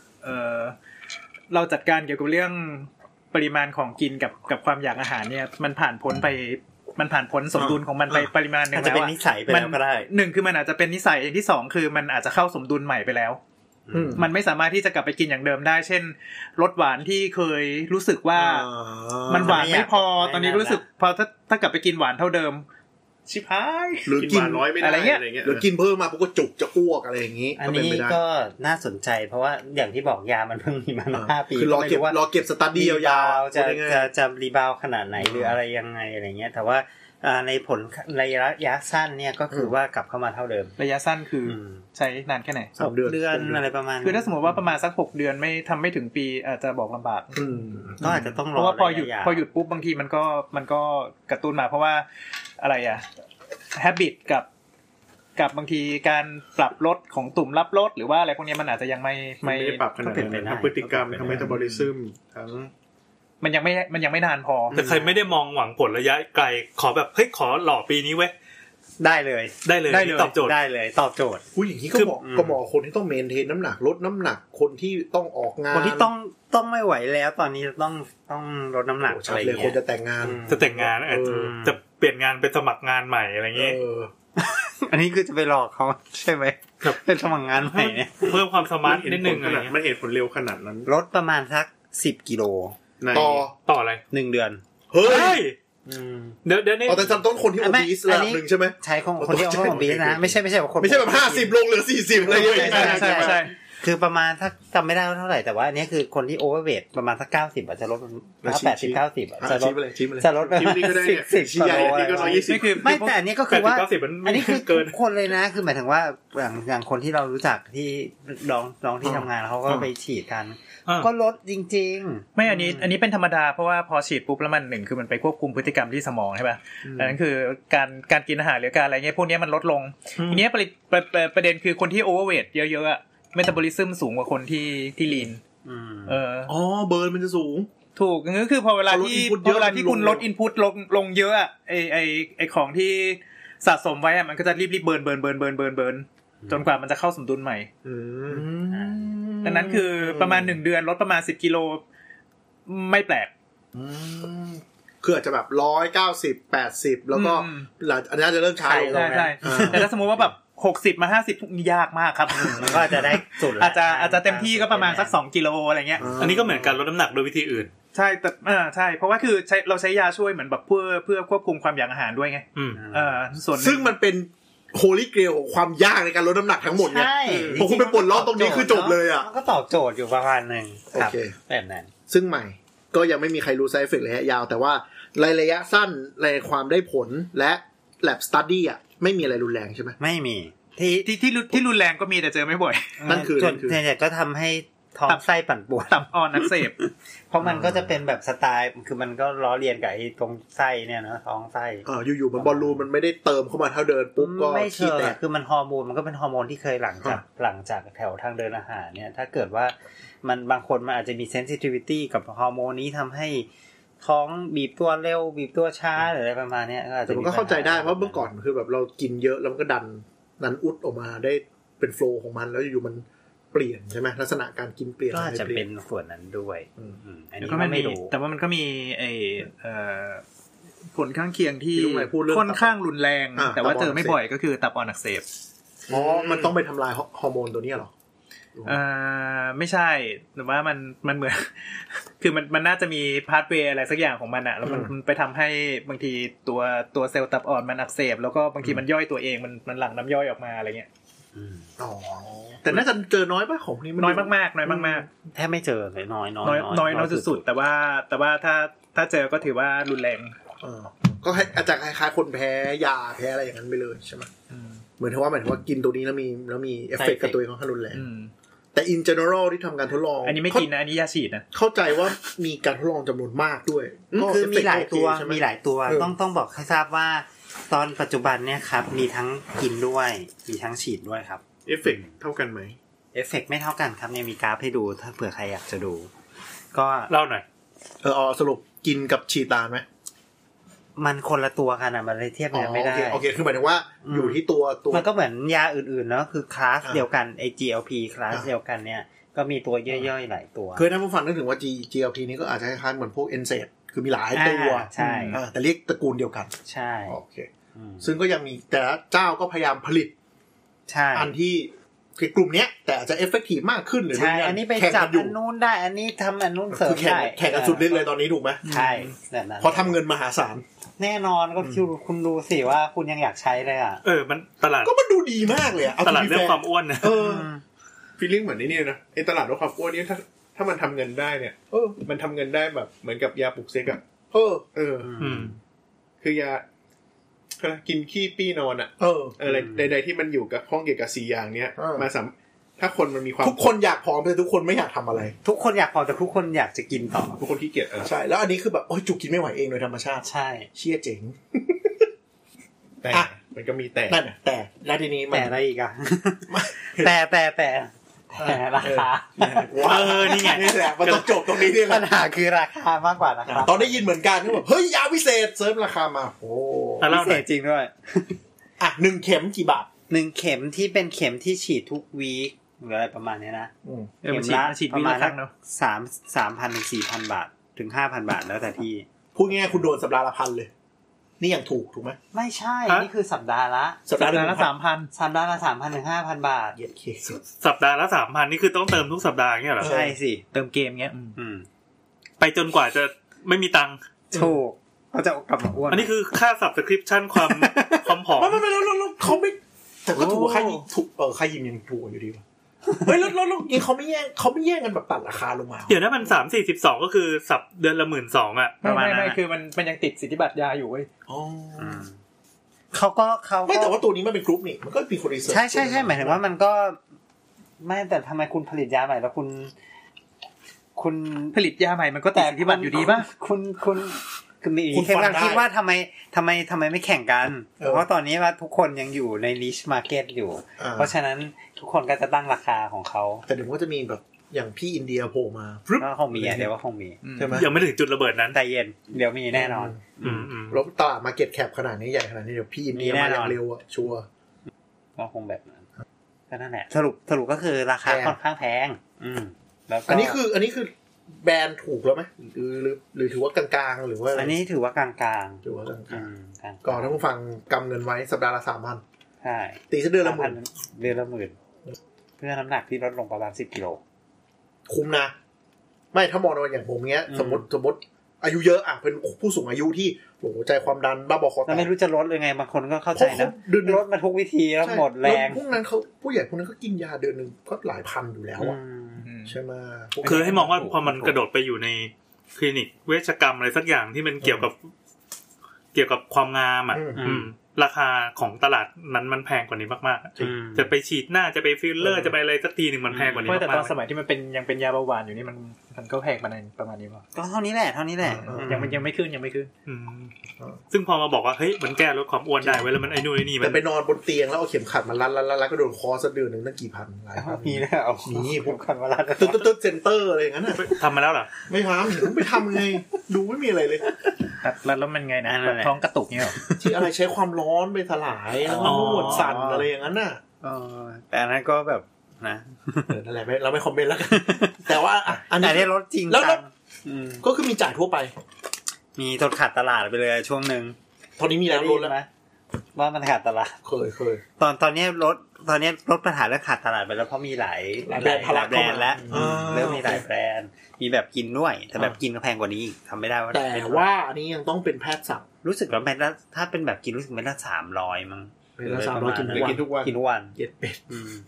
เราจัดการเกี่ยวกับเรื่องปริมาณของกินกับความอยากอาหารเนี่ยมันผ่านพ้นสมดุลของมันไปปริมาณนึงแล้วอาจจะเป็นนิสัยไปแล้วก็ได้ 1คือมันอาจจะเป็นนิสัยอย่างที่2คือมันอาจจะเข้าสมดุลใหม่ไปแล้วมันไม่สามารถที่จะกลับไปกินอย่างเดิมได้เช่นรสหวานที่เคยรู้สึกว่ามันหวานไม่พอตอนนี้ก็รู้สึกพอถ้ากลับไปกินหวานเท่าเดิมชิบหายหรือกินน้อยไม่ได้อะไรเงี้ยหรือกินเพิ่มมาปุ๊บก็จุกจะอ้วกอะไรอย่างงี้อันนี้ก็น่าสนใจเพราะว่าอย่างที่บอกยามันเพิ่งมีมา5 ปีคือรอเก็บสตั๊ดดี้ยาวๆจะรีบาวขนาดไหนหรืออะไรยังไงอะไรเงี้ยแต่ว่าในผลระยะสั้นเนี่ยก็คือว่ากลับเข้ามาเท่าเดิมระยะสั้นคือใช้นานแค่ไหน 3 เดือนอะไรประมาณคือถ้าสมมติว่าประมาณสัก6 เดือนไม่ถึงปีอาจจะบอกลำบากก็อาจจะต้องรอเพราะว่าพอหยุดปุ๊บบางทีมันก็กระตุ้นมาเพราะว่าอะไรอ่ะ habit กับบางทีการปรับลดของตุ่มรับลดหรือว่าอะไรพวกนี้มันอาจจะยังไม่ปรับขนาดนั้นทั้งพฤติกรรมทั้งเมตาบอลิซึมทั้งมันยังไม่นานพอแต่ใครไม่ได้มองหวังผลระยะไกลขอแบบเฮ้ยขอหล่อปีนี้เว้ยได้เลยตอบโจทย์ได้เลยตอบโจทย์อย่างนี้ก็บอกคนที่ต้องเมนเทนน้ำหนักลดน้ำหนักคนที่ต้องออกงานคนที่ต้องไม่ไหวแล้วตอนนี้ต้องลดน้ำหนักอะไรอย่างเงี้ยคนจะแต่งงานจะเปลี่ยนงานไปสมัครงานใหม่อะไรเงี้ยอันนี้คือจะไปหลอกเขาใช่ไหมเป็นสมัครงานใหม่เนี่ยเพิ่มความสมาร์ทนิดนึงอะไรมันเห็นผลเร็วขนาดนั้นลดประมาณสัก10 กิโลต่ออะไร 1 เดือนเฮ้ยเดี๋ยวนี้แต่จำต้นคนที่โอบีสระดับนึงใช่ไหมใช่คนที่โอบีสนะไม่ใช่แบบคนไม่ใช่แบบ50ลงเหลือ40อะไรอย่างเงี้ยใช่คือประมาณถ้าจำไม่ได้เท่าไหร่แต่ว่าอันนี้คือคนที่โอเวอร์เวทประมาณสัก90อาจจะลด80 90จะลด10 ใหญ่นี่ก็120 นี่คือไม่แต่อันนี้ก็คือว่าอันนี้คือคนเลยนะคือหมายถึงว่าอย่างคนที่เรารู้จักที่น้องที่ทำงานเขาก็ไปฉีดกันก็ลดจริงๆไม่อันนี้เป็นธรรมดาเพราะว่าพอฉีดปุ๊บแล้วมัน1คือมันไปควบคุมพฤติกรรมที่สมองใช่ป่ะอันนั้นคือการกินอาหารหรือการอะไรเงี้ยพวกนี้มันลดลงทีนี้ประเด็นคือคนที่โอเวอร์เวทเยอะๆอ่ะเมตาบอลิซึมสูงกว่าคนที่ลีนอ๋อเบิร์นมันจะสูงถูกก็คือพอเวลาที่คุณลดอินพุตลงเยอะอ่ะไอของที่สะสมไว้อ่ะมันก็จะรีบเบิร์นจนกว่ามันจะเข้าสมดุลใหม่ดังนั้นคือประมาณ1 เดือนลดประมาณ10 กิโลไม่แปลกคืออาจจะแบบ190 80แล้วก็อันนี้จะเริ่มช้าลงใช่แต่ถ้าสมมุติว่าแบบ60 มา50ยากมากครับมันก็จะได้สุดอาจจะเต็มที่ก็ประมาณสัก2 กิโลอะไรเงี้ยอันนี้ก็เหมือนการลดน้ำหนักโดยวิธีอื่นใช่แต่ใช่เพราะว่าคือเราใช้ยาช่วยเหมือนแบบเพื่อควบคุมความอยากอาหารด้วยไงส่วนซึ่งมันเป็นโฮลี่เกรลของความยากในการลดน้ำหนักทั้งหมดเนี่ยพอคุณไปปลดล็อกตรงนี้คือจบเลยอ่ะมันก็ตอบโจทย์อยู่ประมาณนึงครับแบบนั้นซึ่งใหม่ก็ยังไม่มีใครรู้ side effect ระยะยาวแต่ว่าระยะสั้นในความได้ผลและ lab study อ่ะไม่มีอะไรรุนแรงใช่ไหมไม่มีที่รุนแรงก็มีแต่เจอไม่บ่อยนั่นคือส่วนใหญ่ก็ทำให้ท้องไส้ปั่นป่วนตับอ่อนอักเสบเพราะมันก็จะเป็นแบบสไตล์คือมันก็ล้อเลียนกับไอ้ตรงไส้เนี่ยนะท้องไส้อยู่ๆมันบอลลูนมันไม่ได้เติมเข้ามาเท่าเดินปุ๊บก็ขี้แตกคือมันฮอร์โมนมันก็เป็นฮอร์โมนที่เคยหลังจากแถวทางเดินอาหารเนี่ยถ้าเกิดว่ามันบางคนมันอาจจะมีเซนซิทิวิตี้กับฮอร์โมนนี้ทำให้ท้องบีบตัวเร็วบีบตัวช้าหรืออะไรประมาณนี้ก็อาจจะมันก็เข้าใจได้เพราะเมื่อก่อนคือแบบเรากินเยอะแล้วมันก็ดันอุดออกมาได้เป็นโฟลว์ของมันแล้วอยู่มันเปลี่ยนใช่ไหมลักษณะการกินเปลี่ยนก็อาจจะเป็นส่วนนั้นด้วยอันนี้ก็ไม่รู้แต่ว่ามันก็มีผลข้างเคียงที่ค่อนข้างรุนแรงแต่ว่าเจอไม่บ่อยก็คือตับอ่อนอักเสบมันต้องไปทำลายฮอร์โมนตัวนี้หรอไม่ใช่แต่ว่ามันเหมือนคือมันน่าจะมีพาธเวย์อะไรสักอย่างของมันอ่ะแล้วมันไปทำให้บางทีตัวเซลล์ตับอ่อนมันอักเสบแล้วก็บางทีมันย่อยตัวเองมันหลั่งน้ำย่อยออกมาอะไรเงี้ยแต่น่าจะเจอน้อยป่ะของนี้น้อยมากๆน้อยมากๆแทบไม่เจอเลยน้อยสุดๆแต่ว่าถ้าเจอก็ถือว่ารุนแรงก็อาจจะคล้ายๆคนแพ้ยาแพ้อะไรอย่างนั้นไปเลยใช่ไหมเหมือนว่าหมายถึงว่ากินตัวนี้แล้วมีเอฟเฟกต์กับตัวเองค่อนข้างรุนแรงแต่ in general ที่ทำการทดลองอันนี้ไม่กินนะอันนี้ยาฉีดนะเข้าใจว่ามีการทดลองจำนวนมากด้วยคือมีหลายตัวต้องบอกให้ทราบว่าตอนปัจจุบันเนี่ยครับมีทั้งกินด้วยมีทั้งฉีดด้วยครับเอฟเฟกต์เท่ากันไหมเอฟเฟกต์ไม่เท่ากันครับเนี่ยมีกราฟให้ดูถ้าเผื่อใครอยากจะดูก็เล่าหน่อยสรุปกินกับฉีดตาลไหมมันคนละตัวกันมันเลยเทียบกันไม่ได้โอเคคือหมายถึงว่าอยู่ที่ตัวมันก็เหมือนยาอื่นๆเนาะคือคลาสเดียวกันไอ้ GLP คลาสเดียวกันเนี่ยก็มีตัวย่อยๆหลายตัวคือท่านผู้ฟังนึกถึงว่า GLP นี้ก็อาจจะคล้ายๆเหมือนพวก NSAID คือมีหลายตัวใช่แต่เรียกตระกูลเดียวกันใช่โอเคซึ่งก็ยังมีแต่ละเจ้าก็พยายามผลิตใช่อันที่คือกลุ่มเนี้ยแต่อาจจะเอฟเฟกตีฟมากขึ้นหรือใช่อันนี้ไปจับอันนู้นได้อันนี้ทำอันนู้นเสริมได้แข่งกันสุดฤทธิ์เลยตอนนี้ถูกไหมใช่แบบนั้นพอทำเงินมหาศาลแน่นอนก็คุณดูสิว่าคุณยังอยากใช้เลยอ่ะมันตลาดก็มันดูดีมากเลยตลาดเรื่องความอ้วนนะฟีลลิ่งเหมือนนี่นะไอ้ตลาดเรื่องความอ้วนนี้ถ้ามันทำเงินได้เนี่ยมันทำเงินได้แบบเหมือนกับยาปลุกเซ็กอ่ะคือยากินขี้ปี้นอนอ่ะอะไรใดๆที่มันอยู่กับห้องเกี่ยวกับ4อย่างเนี้ยมาถ้าคนมันมีความทุกคนอยากผอมแต่ทุกคนไม่อยากทำอะไรทุกคนอยากผอมแต่ทุกคนอยากจะกินต่อทุกคนขี้เกียจใช่แล้วอันนี้คือแบบโอ้ยจุกกินไม่ไหวเองโดยธรรมชาติใช่เชี่ยเจ๋งแต่มันก็มีแต่นั่นแต่แล้วทีนี้แต่อะไรอีกอ่ะแต่ราคานี่ไงนี่แหละมันต้องจบตรงนี้นี่แหละปัญหาคือราคามากกว่านะครับตอนได้ยินเหมือนกันคือแบบเฮ้ยยาพิเศษเสริมราคามาโอ้พิเศษจริงด้วย 1 เข็มกี่บาท 1เข็มที่เป็นเข็มที่ฉีดทุกวีคหรืออะไรประมาณนี้นะเข็มละประมาณ3,000 ถึง 4,000 บาทถึง 5,000 บาทแล้วแต่ที่พูดง่ายๆคุณโดนสัปดาห์ละ1,000เลยนี่ยังถูกไหมไม่ใช่นี่คือสัปดาห์ละ 3,000 สัปดาห์ละ 3,000 ถึง 5,000 บาทเย็ดเคสัปดาห์ละ 3,000 นี่คือต้องเติมทุกสัปดาห์เงี้ยเหรอใช่สิเติมเกมเงี้ยไปจนกว่าจะไม่มีตังค์ถูกเขาจะกลับมาอ้วนอันนี้คือค่า subscription ความผอมไม่เขาไม่แต่ก็ถูกค่ายิงถูกค่ายิงยังถูกอยู่ดีว่ะเฮ้ยแล้วนี่เขาไม่แย่งกันแบบตัดราคาลงมาเดี๋ยวนะมัน3-4-12ก็คือสับเดือนละ 12,000 อ่ะไม่คือมันยังติดสิทธิบัตรยาอยู่เว้ยเขาไม่แต่ว่าตัวนี้มันเป็นกรุ๊ปนี่มันก็มีคนรีเสิร์ชใช่หมายถึงว่ามันก็ไม่แต่ทำไมคุณผลิตยาใหม่แล้วคุณผลิตยาใหม่มันก็ติดสิทธิบัตรอยู่ดีป่ะคุณคือมีแค่กำลังคิดว่าทำไมไม่แข่งกันเพราะตอนนี้ว่าทุกคนยังอยู่ใน niche market อยู่เพราะฉะนั้นทุกคนก็จะตั้งราคาของเขาแต่เดี๋ยวมันก็จะมีแบบอย่างพี่อินเดียโผล่มาก็คงมีเดี๋ยวว่าคงมีใช่ไหมยังไม่ถึงจุดระเบิดนั้นแต่เย็นเดี๋ยวมีแน่นอนแล้วตลาด market cap ขนาดนี้ใหญ่ขนาดนี้เดี๋ยวพี่อินเดียมาอย่างเร็วอ่ะชัวร์ก็คงแบบนั้นก็นั่นแหละสรุปก็คือราคาค่อนข้างแพงแล้วอันนี้คือแบรนด์ถูกแล้วไหมหรือถือว่ากลางๆหรือว่าอันนี้ถือว่ากลางๆถือว่ากลางๆก่อนท่านผู้ฟังกำเงินไว้สัปดาห์ละ 3,000 ใช่ตีซะเดือนละ 10,000เดือนละ 10,000เพื่อน้ำหนักที่ลดลงประมาณ10 กิโลคุ้มนะไม่ถ้ามองในอย่างผมเงี้ยสมมติอายุเยอะอ่ะเป็นผู้สูงอายุที่โอ้โหใจความดันบ้าบอคอแตกไม่รู้จะลดเลยไงบางคนก็เข้าใจนะลดมาทุกวิธีแล้วหมดแรงพวกนั้นเขาผู้ใหญ่พวกนั้นก็กินยาเดือนนึงก็หลายพันอยู่แล้วอ่ะใช่ไหมคือให้มองว่าพอมันกระโดดไปอยู่ในคลินิกเวชกรรมอะไรสักอย่างที่มันเกี่ยวกับความงามอ่ะราคาของตลาดนั้นมันแพงกว่านี้มากๆจะไปฉีดหน้าจะไปฟิลเลอร์จะไปอะไรสักทีนึงมันแพงกว่านี้มากๆแต่ตอนสมัยที่มันเป็นยังเป็นยาเบาหวานอยู่นี่มันก็แพงประมาณนี้ป่ะก็เท่านี้แหละยังไม่ขึ้นซึ่งพอมาบอกว่าเฮ้ยมันแก้ลดความอ้วนได้เว้ยแล้วมันไอ้นู่นไอ้นี่มันแต่ไปนอนบนเตียงแล้วเอาเข็มขัดมารัดก็โดนคอซะเดือนนึงตั้งกี่พันหลายพันมีแล้วมีผมขัดมารัดตึ๊ดเซ็นเตอร์อะไรอย่างนั้นน่ะทำมาแล้วเหรอไม่ทำไม่ทำไงดูไม่มีอะไรเลยแล้วมันไงนะท้องกระตุกเงี้ยที่อะไรใช้ความร้อนไปสลายแล้วนวดสั่นอะไรอย่างนั้นน่ะแต่อันนั้นก็แบบนะนั่นแหละเราไม่คอมเมนต์แล้วกันแต่ว่าอันนี้ลดจริงแล้วก็คือมีจ่ายทั่วไปมีทดขาดตลาดไปเลยช่วงนึงตอนนี้มีแล้วลดแล้วว่ามันขาดตลาดเคยตอนนี้ลดปัญหาเรื่องขาดตลาดไปแล้วเพราะมีหลายแบรนด์แล้วเริ่มมีหลายแบรนด์มีแบบกินด้วยแต่แบบกินก็แพงกว่านี้ทำไม่ได้ว่าแต่ว่าอันนี้ยังต้องเป็นแพทย์สั่งรู้สึกว่าแม้ถ้าเป็นแบบกินรู้สึกไม่ละ300มั้งเป็นละ300กินทุกวันเย็ดเป็ด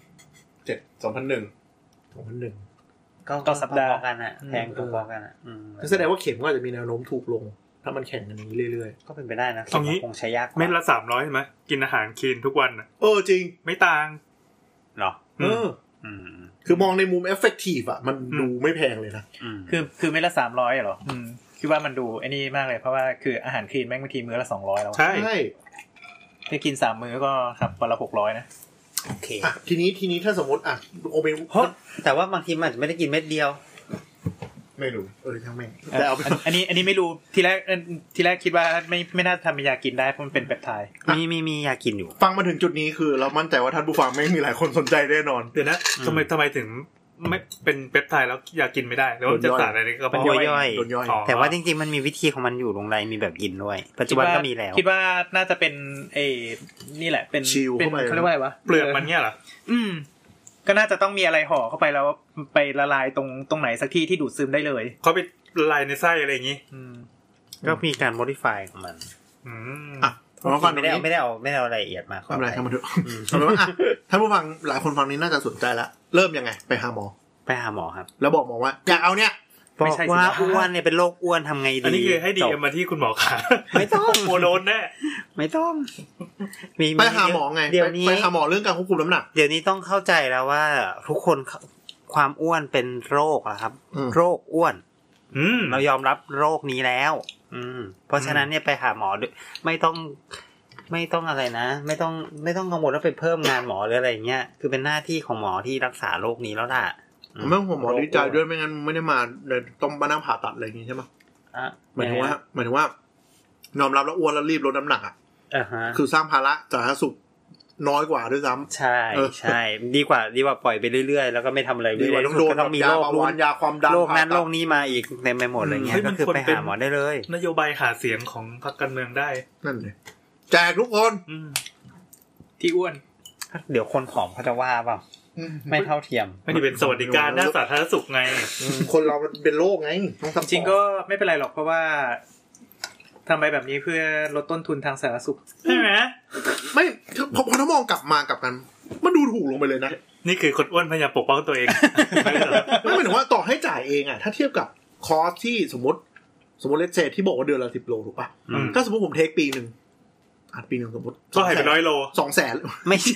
2001 ก็สัปดาห์กันอ่ะแพงพอๆกันอ่ะแสดงว่าเข็มก็อาจจะมีแนวโน้มถูกลงถ้ามันแข่งกันอย่างนี้เรื่อยๆก็เป็นไปได้นะตรงนี้คงใช้ยากเม็ดละ300ใช่ไหมกินอาหารคลีนทุกวันจริงไม่ต่างหรอคือมองในมุมเอฟเฟกตีฟอ่ะมันดูไม่แพงเลยนะคือเม็ดละ300เหรอคิดว่ามันดูไอ้นี่มากเลยเพราะว่าคืออาหารคลีนแม่งบางทีมื้อละ200แล้วใช่ถ้ากิน3มื้อก็ครับวันละ600นะโอเคทีนี้ถ้าสมมติโอเมแต่ว่าบางทีมันอาจจะไม่ได้กินเม็ดเดียวไม่รู้ช่างแม่งแต่อันนี้ไม่รู้ทีแรกคิดว่าไม่น่าทำเป็นยากินได้เพราะมันเป็นเปปไทด์มียากินอยู่ฟังมาถึงจุดนี้คือเรามั่นใจว่าท่านผู้ฟังไม่มีหลายคนสนใจแน่นอนเดี๋ยวนะทำไมถึงไม่เป็นเปปไทด์แล้วยากินไม่ได้แล้วจะสารอะไรก็เป็นย่อยแต่ว่าจริงๆมันมีวิธีของมันอยู่ลงไรมีแบบกินด้วยปัจจุบันก็มีแล้วคิดว่าน่าจะเป็นนี่แหละเป็นเขาเรียกว่าอะไรวะเปลือกมันเงี้ยเหรอก็น่าจะต้องมีอะไรห่อเข้าไปแล้วไปละลายตรงไหนสักที่ที่ดูดซึมได้เลยเขาไปละลายในไส้อะไรอย่างงี้ก็มีการ modify ของมันไม่ได้เอารายละเอียดมาทำอะไรทำมาเถอะท่านผู้ฟังหลายคนฟังนี้น่าจะสนใจแล้วเริ่มยังไงไปหาหมอครับแล้วบอกหมอว่าอยากเอาเนี่ยบอกว่าอ้วนเนี่ยเป็นโรคอ้วนทำไงดีอันนี้คือให้DMมาที่คุณหมอค่ะไม่ต้องโมโดนแน่ไม่ต้องไปหาหมอไงไปหาหมอเรื่องการควบคุมน้ำหนักเดี๋ยวนี้ต้องเข้าใจแล้วว่าทุกคนความอ้วนเป็นโรคอะครับโรคอ้วนเรายอมรับโรคนี้แล้วเพราะฉะนั้นเนี่ยไปหาหมอไม่ต้องอะไรนะไม่ต้องกังวลว่าไปเพิ่มงานหมอหรืออะไรเงี้ยคือเป็นหน้าที่ของหมอที่รักษาโรคนี้แล้วล่ะไม่ต้องห่วงหมอดีใจด้วยไม่งั้นไม่ได้มาต้องมานั่งผ่าตัดอะไรอย่างงี้ใช่ไหมหมายถึงว่ายอมรับแล้วอ้วนแล้วรีบลดน้ำหนักคือสร้างภาระสาธารณสุขน้อยกว่าด้วยซ้ำใช่ดีกว่าปล่อยไปเรื่อยๆแล้วก็ไม่ทำอะไรดีกว่าต้องมีโรคยาความดันโรคนั้นโรคนี้มาอีกเต็มไปหมดอะไรเงี้ยก็คือไปหาหมอได้เลยนโยบายหาเสียงของพรรคการเมืองได้นั่นเลยแจกทุกคนที่อ้วนเดี๋ยวคนผอมเขาจะว่าเปล่าไม่เท่าเทียมไม่ได้เป็นสวัสดิการด้านสาธารณสุขไงคนเราเป็นโรคไงจริงก็ไม่เป็นไรหรอกเพราะว่าทำไปแบบนี้เพื่อลดต้นทุนทางสาธารณสุขใช่ไหมไม่พอถ้ามองกลับกันมันดูถูกลงไปเลยนะนี่คือคนอ้วนพยายามปกป้องตัวเองไม่หมายถึงว่าต่อให้จ่ายเองอ่ะถ้าเทียบกับคอสที่สมมติเลทเซที่บอกว่าเดือนละ10 โลถูกป่ะถ้าสมมติผมเทคปีนึงปีนึงสมมติก็ให้เป็น100 โล 200,000ไม่ใช่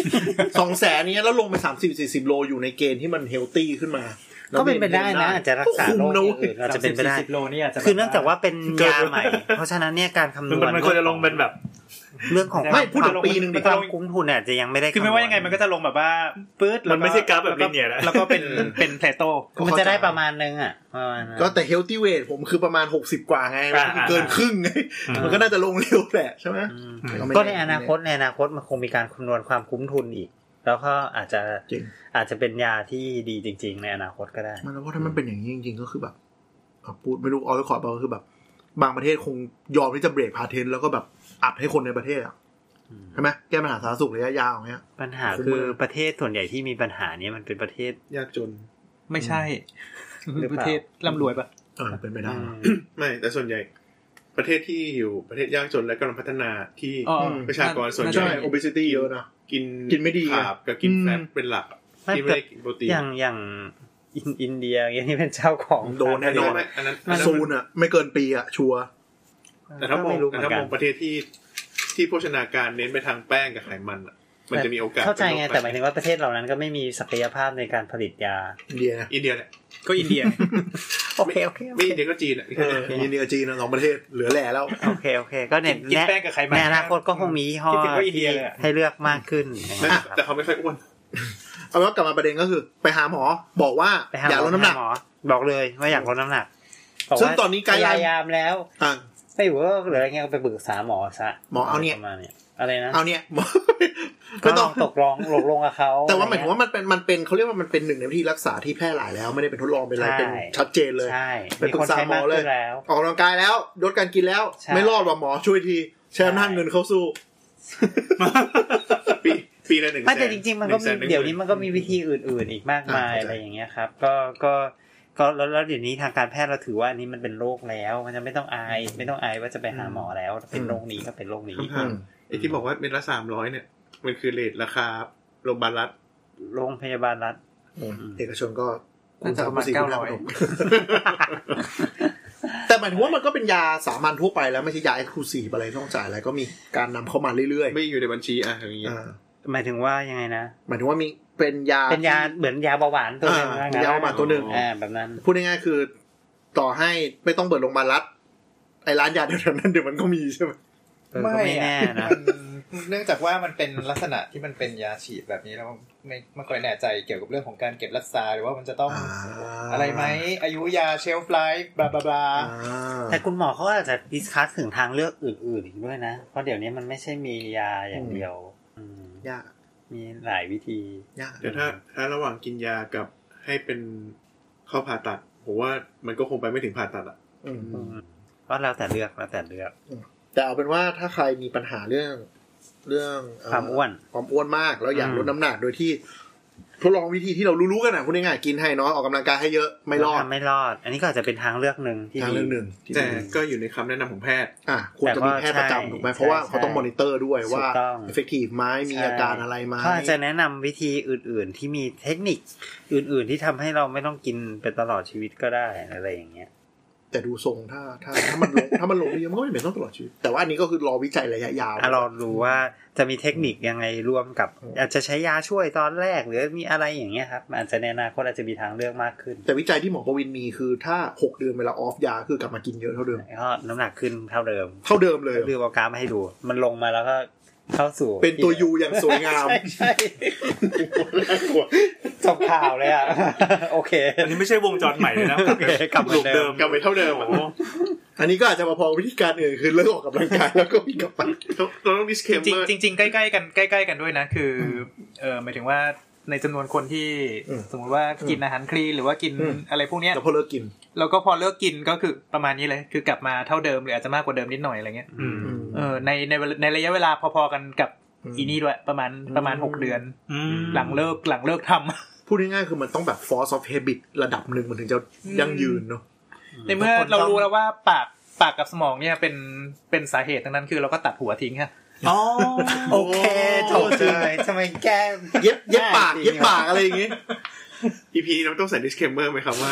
200,000 นี้แล้วลงไป30-40 โลอยู่ในเกณฑ์ที่มันเฮลตี้ขึ้นมาก็เป็นไปได้นะอาจจะรักษาโรคอื่นอาจจะเป็นไปได้ 10 โลนี่อาจจะคือเนื่องจากว่าเป็นยาใหม่เพราะฉะนั้นเนี่ยการคำนวณมันควรจะลงเป็นแบบเรื่องของไม่พูดถึงปีนึงความคุ้มทุนเนี่ยจะยังไม่ได้คือไม่ว่ายังไงมันก็จะลงแบบว่าปื๊ดมันไม่ใช่กราฟแบบลิเนียร์แล้วก็เป็นเพลโตมันจะได้ประมาณนึงอ่ะก็แต่เฮลตี้เวทผมคือประมาณ60 กว่าไงเกินครึ่งไงมันก็น่าจะลงเร็วแหละใช่ไหมก็ในอนาคตมันคงมีการคำนวณความคุ้มทุนอีกแล้วก็อาจจะเป็นยาที่ดีจริงๆในอนาคตก็ได้มันว่าถ้ามันเป็นอย่างนี้จริงๆก็คือแบบพูดไม่รู้เอาไปขอก็คือแบบบางประเทศคงยอมที่จะเบรกพาเทนต์แล้วก็แบบอัดให้คนในประเทศอ่ะใช่ไหมแก้ปัญหาสาธารณสุขระยะยาวอย่างเงี้ยปัญหาคือประเทศส่วนใหญ่ที่มีปัญหานี้มันเป็นประเทศยากจนไม่ใช่หรือประเทศร่ำรวยป่ะเป็นไปได้ไม่แต่ส่วนใหญ่ประเทศที่อยู่ประเทศยากจนและกำลังพัฒนาที่ประชากรส่วนใหญ่ obesity เยอะนะกินไม่ดีกับกินแฟตเป็นหลักที่ไม่ได้กินโปรตีนอย่างอินเดียอย่างนี้เป็นเจ้าของโดนแน่นอนซูนอ่ะไม่เกินปีอ่ะชัวร์แต่ถ้ามองประเทศที่ที่โภชนาการเน้นไปทางแป้งกับไขมันมันจะมีโอกาสเข้าใจไงแต่หมายถึงว่าประเทศเหล่านั้นก็ไม่มีศักยภาพในการผลิตยาอินเดียแหละก็อินเดียโอเคไม่อินเดียก็จีนอินเดียจีน2ประเทศเหลือแหล่แล้วโอเคก็เน้นแป้งกับไขมันในอนาคตก็คงมียี่ห้อที่ให้เลือกมากขึ้นแต่เขาไม่ค่อยอ้วนเอาว่ากลับมาประเด็นก็คือไปหาหมอบอกว่าอยากลดน้ำหนักบอกเลยว่าอยากลดน้ำหนักซึ่งตอนนี้ไกด์ไลน์พยายามแล้วไม่เวิร์กหรืออะไรเงี้ยไปปรึกษาหมอซะหมอเอาเนี่ยอะไรนะเอาเนี่ยก็ต้องตกลงกับเขาแต่ว่าหมายถึงว่ามันเป็นเขาเรียกว่ามันเป็นหนึ่งในวิธีรักษาที่แพร่หลายแล้วไม่ได้เป็นทดลองเป็นอะไรเป็นชัดเจนเลยเป็นปรึกษาหมอเลยออกกำลังกายแล้วลดการกินแล้วไม่รอดว่ะหมอช่วยทีใช้อำนาจเงินเข้าสู้ปีละ100,000 ไม่แต่จริงๆมันก็มีเดี๋ยวนี้มันก็มีวิธีอื่นๆอีกมากมายอะไรอย่างเงี้ยครับก็แล้วเดี๋ยวนี้ทางการแพทย์เราถือว่าอันนี้มันเป็นโรคแล้วมันจะไม่ต้องอายว่าจะไปหาหมอแล้วเป็นโรคนี้ก็เป็นโรคนี้ไอ้ที่บอกว่าเม็ดละ300เนี่ยมันคือเรทราคาโรงพยาบาลรัฐโรงพยาบาลรัฐเอกชนก็น่าจะประมาณ 900แต่หมายถึงว่ามันก็เป็นยาสามัญทั่วไปแล้วไม่ใช่ยาเอ็กซ์คลูซีฟอะไรต้องจ่ายอะไรก็มีการนำเข้ามาเรื่อยๆไม่อยู่ในบัญชีอย่างเงี้ยหมายถึงว่ายังไงนะหมายถึงว่ามีเป็นยาเหมือนยาเบาหวานตัวนึงยาเบาหวานตัวนึงแบบนั้นพูดง่ายๆคือต่อให้ไม่ต้องเปิดโรงพยาบาลรัฐไอ้ร้านยาเดี๋ยวนั้นเดี๋ยวมันก็มีใช่ไหมไม่แน่นะเนื่องจากว่ามันเป็นลักษณะที่มันเป็นยาฉีดแบบนี้แล้วไม่ค่อยแน่ใจเกี่ยวกับเรื่องของการเก็บรักษาหรือว่ามันจะต้องอะไรไหมอายุยาเชลฟ์ไลฟ์บลาบลาแต่คุณหมอเขาอาจจะดิสคัสถึงทางเลือกอื่นๆอีกด้วยนะเพราะเดี๋ยวนี้มันไม่ใช่มียาอย่างเดียวยากมีหลายวิธียากแต่ถ้าระหว่างกินยากับให้เป็นเข้าผ่าตัดผมว่ามันก็คงไปไม่ถึงผ่าตัดก็แล้วแต่เลือกแต่เอาเป็นว่าถ้าใครมีปัญหาเรื่องความอ้วนมากแล้วอยากลดน้ำหนักโดยที่ทดลองวิธีที่เรารู้ๆกันนะพูดง่ายๆกินให้น้อยออกกำลังกายให้เยอะไม่รอดอันนี้ก็อาจจะเป็นทางเลือกนึงที่ดีแต่ก็อยู่ในคำแนะนำของแพทย์ควรจะมีแพทย์ประจำถูกไหมเพราะว่าเขาต้องมอนิเตอร์ด้วยว่า effective ไหมมีอาการอะไรไหมเขาจะแนะนำวิธีอื่นๆที่มีเทคนิคอื่นๆที่ทำให้เราไม่ต้องกินเป็นตลอดชีวิตก็ได้อะไรอย่างเงี้ยแต่ดูทรงถ้ามันลงเยอะมันก็ไม่เป็นต้องตลอดชีวิตแต่ว่าอันนี้ก็คือรอวิจัยระยะยาวรอดูว่าจะมีเทคนิคยังไงร่วมกับอาจจะใช้ยาช่วยตอนแรกหรือมีอะไรอย่างเงี้ยครับอาจจะในอนาคตอาจจะมีทางเลือกมากขึ้นแต่วิจัยที่หมอประวินมีคือถ้า6เดือนเวลาออฟยาคือกลับมากินเยอะเท่าเดิมก็น้ำหนักขึ้นเท่าเดิมเลยดูเอากราฟมาให้ดูมันลงมาแล้วก็เข้าสู่เป็นตัวยูอย่างสวยงามใช่จบข่าวเลยอ่ะโอเคอันนี้ไม่ใช่วงจรใหม่เลยนะกลับเหมือนเดิมกลับไปเท่าเดิมอันนี้ก็อาจจะมาพอวิธีการอื่นคือเลิกออกกำลังกายแล้วก็กลับไปต้อง disclaimer จริงๆใกล้ๆกันด้วยนะคือหมายถึงว่าในจำนวนคนที่สมมติว่ากินอาหารคลีนหรือว่ากินอะไรพวกนี้แล้วพอเลิกกินแล้วก็พอเลิกกินก็คือประมาณนี้เลยคือกลับมาเท่าเดิมหรืออาจจะมากกว่าเดิมนิดหน่อยอะไรเงี้ยในระยะเวลาพอๆกันกับอีนี่ด้วยประมาณ6เดือนหลังเลิกทำพูดง่ายๆคือมันต้องแบบ force of habit ระดับนึงมันถึงจะยั่งยืนเนาะในเมื่อเรารู้แล้วว่าปากกับสมองเนี่ยเป็นสาเหตุทั้งนั้นคือเราก็ตัดหัวทิ้งฮะอ๋อโอเคถูกเลยทำไมแก้เย็บปากอะไรอย่างงี้ EP นี้เราต้องใส่ disclaimer ไหมครับว่า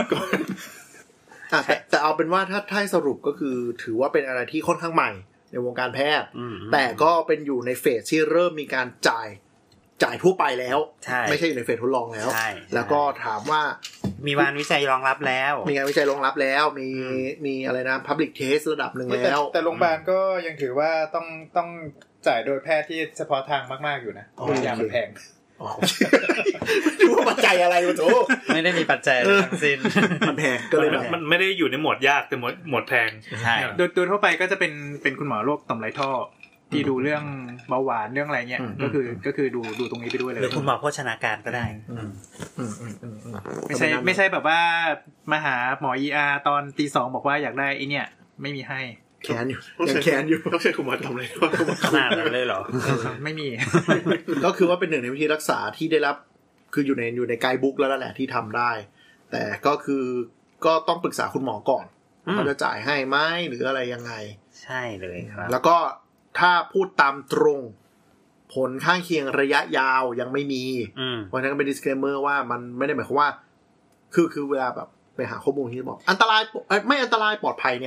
แต่เอาเป็นว่าถ้าสรุปก็คือถือว่าเป็นอะไรที่ค่อนข้างใหม่ในวงการแพทย์แต่ก็เป็นอยู่ในเฟสที่เริ่มมีการจ่ายทั่วไปแล้วไม่ใช่อยู่ในเฟสทดลองแล้วแล้วก็ถามว่ามีงานวิจัยรองรับแล้วมีมีอะไรนะ public test ระดับนึงแล้วแต่โรงพยาบาลก็ยังถือว่าต้องจ่ายโดยแพทย์ที่เฉพาะทางมากๆอยู่นะเพราะยามันแพงดูว่าปัจจัยอะไรวะโถไม่ได้มีปัจจัยอะไรทั้งสิ้นมันแพงก็เลยมันไม่ได้อยู่ในหมวดยากแต่หมวดแพงใช่โดยทั่วไปก็จะเป็นคุณหมอโรคต่อมไรท่อที่ดูเรื่องเบาหวานเรื่องอะไรเงี้ยก็คือดูตรงนี้ไปด้วยเลยหรือคุณหมอโภชนาการก็ได้ไม่ใช่แบบว่ามาหาหมอ ER ตอนตี 2บอกว่าอยากได้ไอ้เนี่ยไม่มีให้แค้นอยู่ยังแค้นอยู่ต้องใช้คุณหมอทำอะไรขนาดนั้นเลยเหรอไม่มีก็คือว่าเป็นหนึ่งในวิธีรักษาที่ได้รับคืออยู่ในไกด์บุ๊กแล้วแหละที่ทำได้แต่ก็คือก็ต้องปรึกษาคุณหมอก่อนเขาจะจ่ายให้ไหมหรืออะไรยังไงใช่เลยครับแล้วก็ถ้าพูดตามตรงผลข้างเคียงระยะยาวยังไม่มีเพราะฉะนั้นก็เป็น disclaimer ว่ามันไม่ได้หมายความว่าคือเวลาแบบไปหาข้อมูลที่บอกอันตรายไม่อันตรายปลอดภัยเนี่ย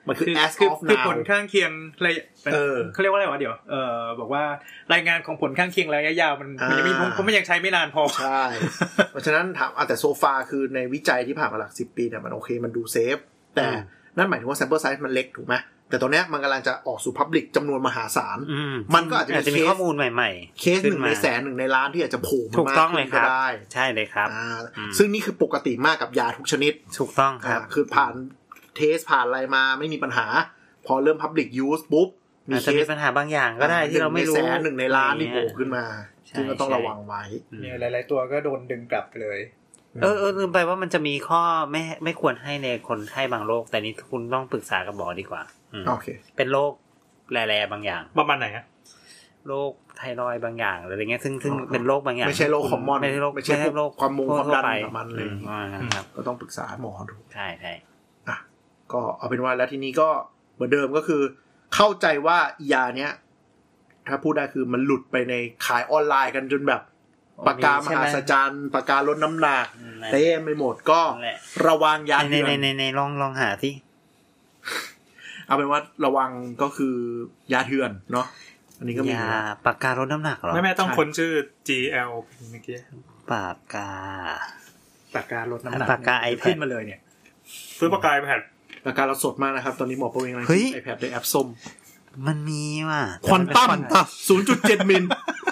มันคือ as คือ of คือ now ผลข้างเคียงอะไรเขาเรียกว่าอะไรวะเดี๋ยวบอกว่ารายงานของผลข้างเคียงระยะยาวมันยังมีผมยังใช้ไม่นานพอใช่เพราะฉะนั้นถามแต่โซฟาคือในวิจัยที่ผ่านมาหลัก10ปีเนี่ยมันโอเคมันดูเซฟแต่นั่นหมายถึงว่า sample size มันเล็กถูกไหมแต่ตอนนี้มันกำลังจะออกสู่ public จำนวนมหาศาลมันก็อาจจะมีข้อมูลใหม่ๆเคส1 ในแสน1 ในล้านที่อาจจะโผล่มามากขึ้นก็ได้ใช่เลยครับซึ่งนี่คือปกติมากกับยาทุกชนิดถูกต้องครับคือผ่านเทสผ่านอะไรมาไม่มีปัญหาพอเริ่ม public use ปุ๊บมีเคสปัญหาบางอย่างก็ได้ที่เราไม่รู้ 1 ในแสน1 ในล้านที่โผล่ขึ้นมาซึ่งก็ต้องระวังไว้เนี่ยหลายๆตัวก็โดนดึงกลับไปเลยลืมไปว่ามันจะมีข้อไม่ควรให้ในคนไข้บางโรคแต่นี้คุณต้องปรึกษากับหมอดีกว่าโอเคเป็นโรคแร่ๆบางอย่างประมาณไหนฮะโรคไทรอยด์บางอย่างอะไรเงี้ยซึ่งเป็นโรคบางอย่างไม่ใช่โรคคอมมอนไม่ใช่โรคความดันกับมันเลยก็ต้องปรึกษาหมอดูใช่อ่ะก็เอาเป็นว่าแล้วทีนี้ก็เหมือนเดิมก็คือเข้าใจว่ายาเนี้ยถ้าพูดได้คือมันหลุดไปในขายออนไลน์กันจนแบบปากกามหาศาลปากกาลดน้ำหนักเต็มไปหมดก็ระวังยาเถื่อนในลองหาสิเอาเป็นว่าระวังก็คือยาเถื่อนเนาะอันนี้ก็มียาปากกาลดน้ำหนักเหรอไม่ต้องค้นชื่อ GL เมื่อกี้ปากกาลดน้ำหนักปากกา iPad ขึ้นมาเลยเนี่ยซื้อปากกา iPad ปากกาเราสดมากนะครับตอนนี้หมอประวิงอะไร iPad ในแอปส้มมันมีว่ะควอนตัม 0.7 มิล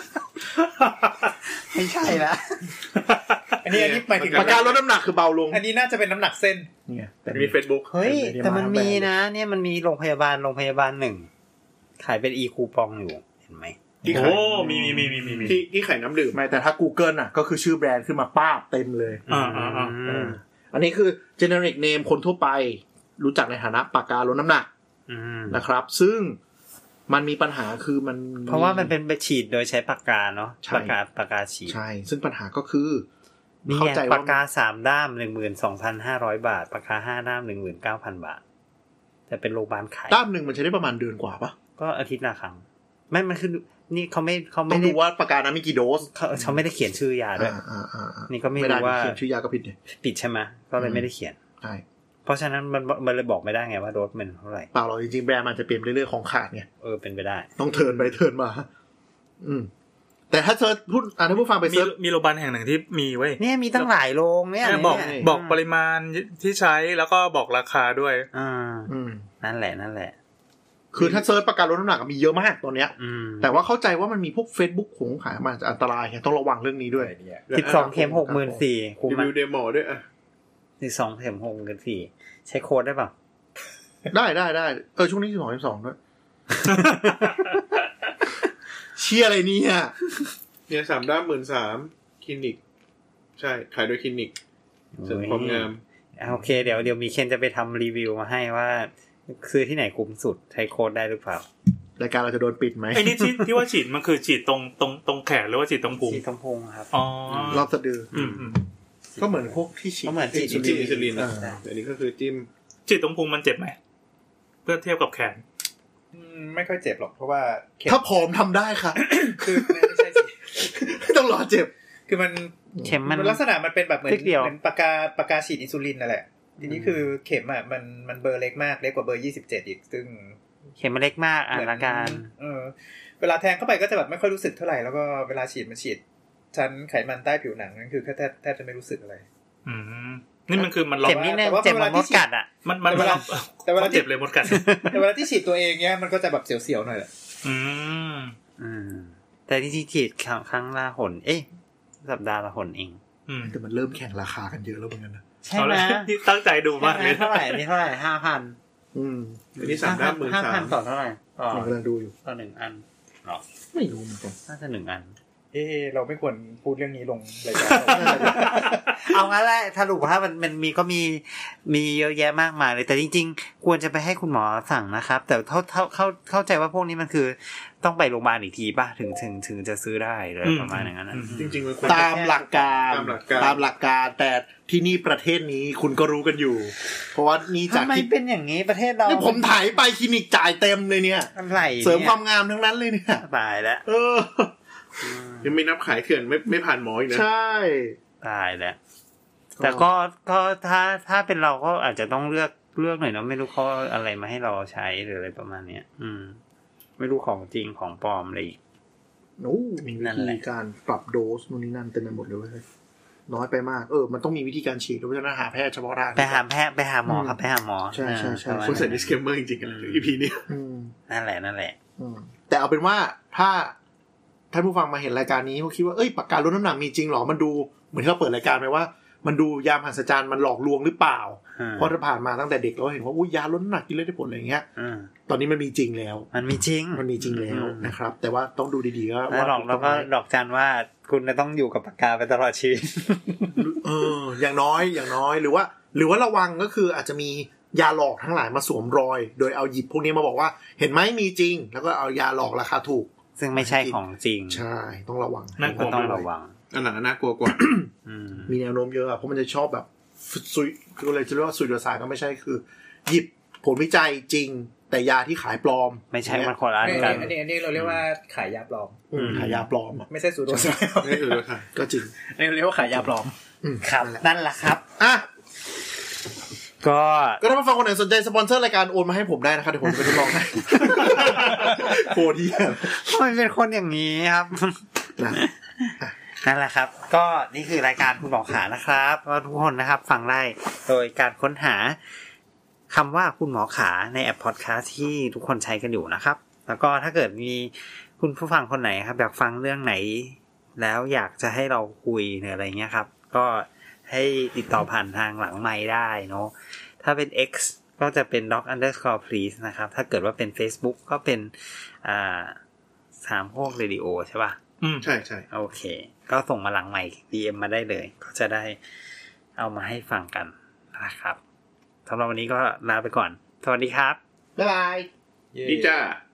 ไม่ใช่ละอันนี้หมายถึงปากกาลดน้ำหนักคือเบาลงอันนี้น่าจะเป็นน้ำหนักเส้นเนี่ยแต่มี Facebook เฮ้ยแต่มันมีนะเนี่ยมันมีโรงพยาบาล1ขายเป็นอีคูปองอยู่เห็นไหมโอ้มีที่ขายน้ำดื่มไม่แต่ถ้า Google น่ะก็คือชื่อแบรนด์ขึ้นมาป้าบเต็มเลยอันนี้คือ generic name คนทั่วไปรู้จักในฐานะปากกาลดน้ำหนักนะครับซึ่งมันมีปัญหาคือมันเพราะว่ามันเป็นฉีดโดยใช้ปากกาเนาะปากกาฉีดใช่ซึ่งปัญหาก็คือเข้าใจว่าปากกา3ด้าม 12,500 บาทปากกา5ด้าม 19,000 บาทแต่เป็นโรงพยาบาลขายด้ามนึงมันใช้ได้ประมาณเดือนกว่าปะก็อาทิตย์ละครั้งไม่มันคือนี่เขาไม่ต้องดูว่าปากกานั้นมีกี่โดสเขาไม่ได้เขียนชื่อยาด้วยนี่ก็ไม่รู้ว่าเขียนชื่อยาก็ผิดใช่ไหมก็เลยไม่ได้เขียนใช่เพราะฉะนั้นมันเลยบอกไม่ได้ไงว่าโดสมันเท่าไหร่เปล่าหรอกจริงๆแบรนด์มันจะเปลี่ยนเรื่อยๆของขาดไงเป็นไปได้ต้องเทิร์นไปเทิร์นมาแต่ถ้าเซิร์ชพูดถ้าผู้ฟังไปเซิร์ชมีโรงพยาบาลแห่งหนึ่งที่มีเว้ยเนี่ยมีตั้งหลายโรงเนี่ยบอกปริมาณที่ใช้แล้วก็บอกราคาด้วยนั่นแหละคือถ้าเซิร์ชประกันลดน้ำหนักมีเยอะมากตอนเนี้ยแต่ว่าเข้าใจว่ามันมีพวก Facebook ของขายมันจะอันตรายต้องระวังเรื่องนี้ด้วย 12 เข็ม 64,000คุ้มมั้ยรีวิวเดโมด้วย 12 เข็ม 64,000ใช้โค้ดได้ป่ะได้ช่วงนี้12ด้วยเชี่ยอะไรเนี่ย 3ด้าม 13,000 คลินิกใช่ขายโดยคลินิกเสริมความงามโอเคเดี๋ยวมีเคนจะไปทำรีวิวมาให้ว่าซื้อที่ไหนคุ้มสุดใช้โค้ดได้หรือเปล่ารายการเราจะโดนปิดไหมไอ้นี่ที่ว่าฉีดมันคือฉีดตรงแขนหรือว่าฉีดตรงพุงฉีดตรงพุงครับรอบสะดือก็เหมือนพวกที่ฉีดจิ้มอินซูลินอันนี้ก็คือจิ้มฉีดตรงพุงมันเจ็บไหมเพื่อเทียบกับแขนไม่ค่อยเจ็บหรอกเพราะว่าถ้าผอมทำได้ค่ะคือไม่ใช่สิต้องรอเจ็บคือมันเข็มมันลักษณะมันเป็นแบบเหมือนปากกาฉีดอินซูลินนั่นแหละทีนี้คือเข็มอ่ะมันเบอร์เล็กมากเล็กกว่าเบอร์27อีกซึ่งเข็มมันเล็กมากอาการเวลาแทงเข้าไปก็จะแบบไม่ค่อยรู้สึกเท่าไหร่แล้วก็เวลาฉีดมันฉีดชั้นไขมันใต้ผิวหนังนั่นคือแทบจะไม่รู้สึกอะไรนี่มันคือมันล็อกเจ็บนิดนึงเจ็บเหมือนมดกัดอ่ะมันแต่เวลาเจ็บเลยมดกัดแต่เวลาที่ฉีดตัวเองเนี้ยมันก็จะแบบเสียวๆหน่อยแหละแต่ที่ฉีดครั้งละหนสัปดาห์ละหนเองแต่มันเริ่มแข่งราคากันเยอะแล้วเหมือนกันนะใช่ไหมที่ตั้งใจดูมากเลยเท่าไหร่นี่เท่าไหร่ 5,000 อันนี้3ด้าม 5,000 ต่อเท่าไหร่ต่อกำลังดูอยู่ต่อ1อันหรอไม่รู้เหมือนกันน่าจะ1อันเราไม่ควรพูดเรื่องนี้ลงรายการเอางั้นแหละสรุปว่ามันมีเยอะแยะมากมายเลยแต่จริงๆควรจะไปให้คุณหมอสั่งนะครับแต่เข้าใจว่าพวกนี้มันคือต้องไปโรงพยาบาลอีกทีป่ะถึงจะซื้อได้เลยประมาณอย่างนั้นนะจริงๆมันตามหลักการแต่ที่นี่ประเทศนี้คุณก็รู้กันอยู่เพราะว่านี่จากทำไมเป็นอย่างนี้ประเทศเรานี่ผมถ่ายไปคลินิกจ่ายเต็มเลยเนี่ยเสริมความงามทั้งนั้นเลยเนี่ยตายแล้วยังไม่นับขายเถื่อนไม่ผ่านหมออีกนะใช่ตายแล้วแต่ก็ถ้าเป็นเราก็อาจจะต้องเลือกเลือกหน่อยเนาะไม่รู้เขาอะไรมาให้เราใช้หรืออะไรประมาณเนี้ยไม่รู้ของจริงของปลอมอะไรอีกมีวิธีการปรับโดสนู่นนี่นั่นเต็มไปหมดเลยเว้ยน้อยไปมากมันต้องมีวิธีการฉีดด้วยเพราะฉะนั้นหาแพทย์เฉพาะทางไปหาแพทย์ไปหาหมอครับไปหาหมอใช่ๆๆคุณใส่ disclaimer จริงๆกันเลย EP นี้นั่นแหละแต่เอาเป็นว่าถ้าท่านผู้ฟังมาเห็นรายการนี้เขาคิดว่าปากกาลดน้ำหนักมีจริงหรอมันดูเหมือนที่เราเปิดรายการไปว่ามันดูยามหัศจรรย์มันหลอกลวงหรือเปล่าเพราะถ้าผ่านมาตั้งแต่เด็กเราเห็นว่าอุ้ยยาลดน้ำหนักกินเลยได้ผลอะไรอย่างเงี้ยตอนนี้มันมีจริงแล้วมันมีจริงแล้วนะครับแต่ว่าต้องดูดีๆว่าเราก็ดอกจันว่าคุณจะต้องอยู่กับปากกาไปตลอดชีวิตอย่างน้อยหรือว่าระวังก็คืออาจจะมียาหลอกทั้งหลายมาสวมรอยโดยเอาหยิบพวกนี้มาบอกว่าเห็นไหมมีจริงแล้วก็เอายาหลอกราคาถูกซึ่งไม่ใช่ของจริงใช่ต้องระวังต้องระวังอันนั้นน่ากลัวกว่ามีแนวโน้มเยอะเพราะมันจะชอบแบบซุยคืออะไรจะเรียกว่าซุยโดยสารก็ไม่ใช่คือหยิบผลวิจัยจริงแต่ยาที่ขายปลอมไม่ใช่มันคนละกันอันนี้เราเรียกว่าขายยาปลอมขายยาปลอมไม่ใช่ซูโดไซน์ก็จริงอันนี้เรียกว่าขายยาปลอมครับนั่นแหละครับก็ถ้าผู้ฟังคนไหนสนใจสปอนเซอร์รายการโอนมาให้ผมได้นะครับเดี๋ยวผมไปทดลองให้โคตรดีมันเป็นคนอย่างนี้ครับนั่นแหละครับก็นี่คือรายการคุณหมอขานะครับก็ทุกคนนะครับฟังได้โดยการค้นหาคำว่าคุณหมอขาในแอปพอดคาสต์ที่ทุกคนใช้กันอยู่นะครับแล้วก็ถ้าเกิดมีคุณผู้ฟังคนไหนครับอยากฟังเรื่องไหนแล้วอยากจะให้เราคุยหรืออะไรเงี้ยครับก็ให้ติดต่อผ่านทางหลังไมค์ได้เนาะถ้าเป็น X ก็จะเป็น doc_please นะครับถ้าเกิดว่าเป็น Facebook ก็เป็นสามโคกเรดิโอใช่ป่ะใช่โอเคก็ส่งมาหลังไมค์ DM มาได้เลยก็จะได้เอามาให้ฟังกันนะครับสำหรับวันนี้ก็ลาไปก่อนสวัสดีครับบ๊ายบายดีจ้า